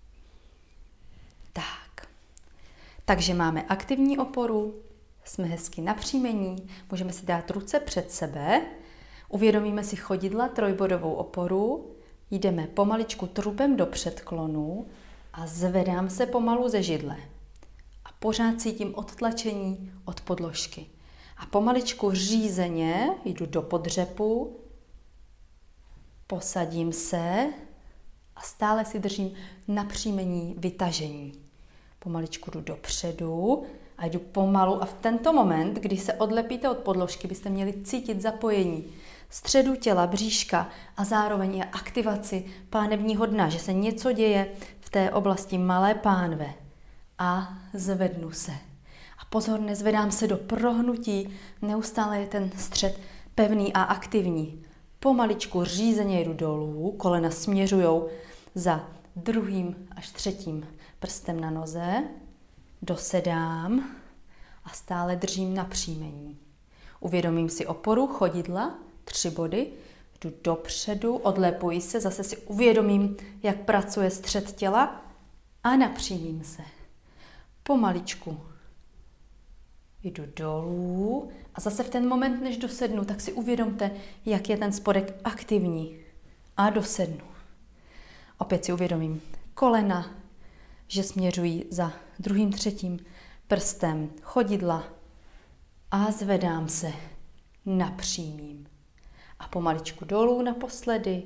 Tak. Takže máme aktivní oporu, jsme hezky napřímení, můžeme si dát ruce před sebe, uvědomíme si chodidla, trojbodovou oporu, jdeme pomaličku trubem do předklonu a zvedám se pomalu ze židle. A pořád cítím odtlačení od podložky. A pomaličku řízeně jdu do podřepu, posadím se a stále si držím napřímení, vytažení. Pomaličku jdu dopředu a jdu pomalu a v tento moment, kdy se odlepíte od podložky, byste měli cítit zapojení středu těla, bříška a zároveň i aktivaci pánevního dna, že se něco děje v té oblasti malé pánve. A zvednu se. A pozor, nezvedám se do prohnutí, neustále je ten střed pevný a aktivní. Pomaličku řízeně jdu dolů, kolena směřujou za druhým až třetím prstem na noze, dosedám a stále držím napřímení. Uvědomím si oporu chodidla, 3 body, jdu dopředu, odlepuji se, zase si uvědomím, jak pracuje střed těla a napřímím se. Pomaličku jdu dolů a zase v ten moment, než dosednu, tak si uvědomte, jak je ten spodek aktivní a dosednu. Opět si uvědomím kolena, že směřují za druhým, třetím prstem chodidla a zvedám se, napřímím. A pomaličku dolů naposledy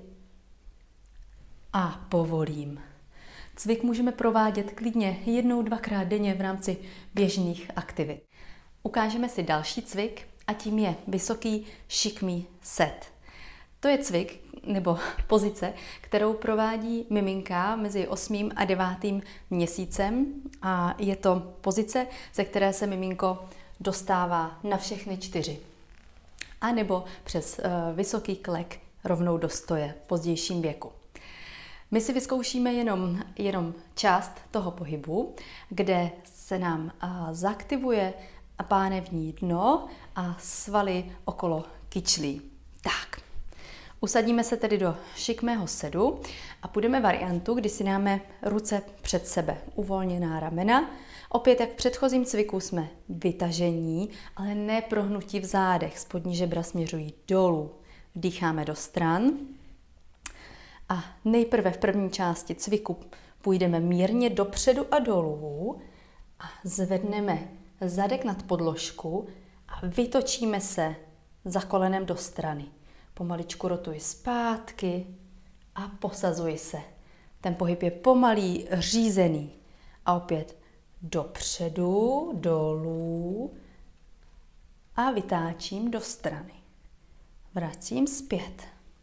a povolím. Cvik můžeme provádět klidně 1-2krát denně v rámci běžných aktivit. Ukážeme si další cvik a tím je vysoký šikmý set. To je cvik nebo pozice, kterou provádí miminka mezi 8. a 9. měsícem a je to pozice, ze které se miminko dostává na všechny 4. A nebo přes vysoký klek rovnou do stoje v pozdějším věku. My si vyzkoušíme jenom část toho pohybu, kde se nám zaktivuje pánevní dno a svaly okolo kyčlí. Tak, usadíme se tedy do šikmého sedu a půjdeme variantu, kdy si dáme ruce před sebe, uvolněná ramena. Opět, jak v předchozím cviku jsme vytažení, ale ne prohnutí v zádech. Spodní žebra směřují dolů. Vdýcháme do stran. A nejprve v první části cviku půjdeme mírně dopředu a dolů a zvedneme zadek nad podložku a vytočíme se za kolenem do strany. Pomaličku rotuji zpátky a posazuji se. Ten pohyb je pomalý, řízený. A opět dopředu, dolů a vytáčím do strany. Vracím zpět.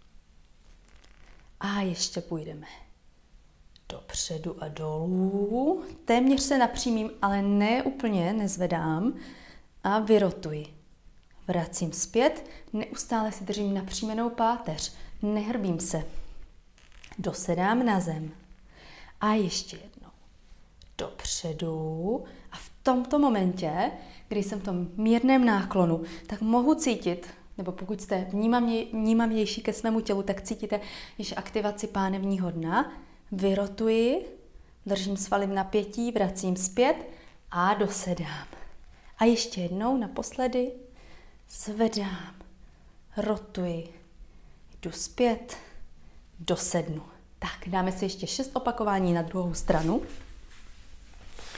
A ještě půjdeme dopředu a dolů. Téměř se napřímím, ale ne úplně, nezvedám. A vyrotuji. Vracím zpět, neustále si držím napřímenou páteř. Nehrbím se. Dosedám na zem. A ještě jednou. Dopředu. A v tomto momentě, kdy jsem v tom mírném náklonu, tak mohu cítit, nebo pokud jste vnímavější ke svému tělu, tak cítíte již aktivaci pánevního dna. Vyrotuji, držím svaly v napětí, vracím zpět a dosedám. A ještě jednou naposledy zvedám, rotuji, jdu zpět, dosednu. Tak, dáme si ještě 6 opakování na druhou stranu.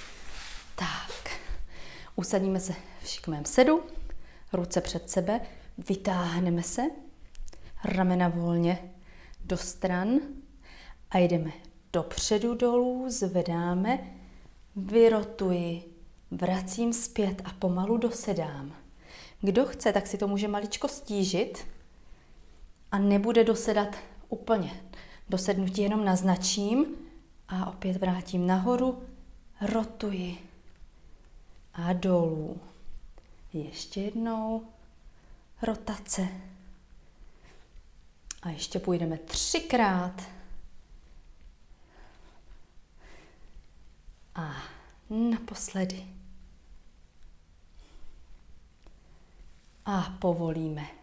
Tak, usadíme se v šikmém sedu, ruce před sebe, Vytáhneme se, ramena volně do stran a jdeme dopředu, dolů, zvedáme, vyrotuji, vracím zpět a pomalu dosedám. Kdo chce, tak si to může maličko stížit a nebude dosedat úplně. Dosednutí jenom naznačím a opět vrátím nahoru, rotuji a dolů. Ještě jednou rotace. A ještě půjdeme 3krát. A naposledy. A povolíme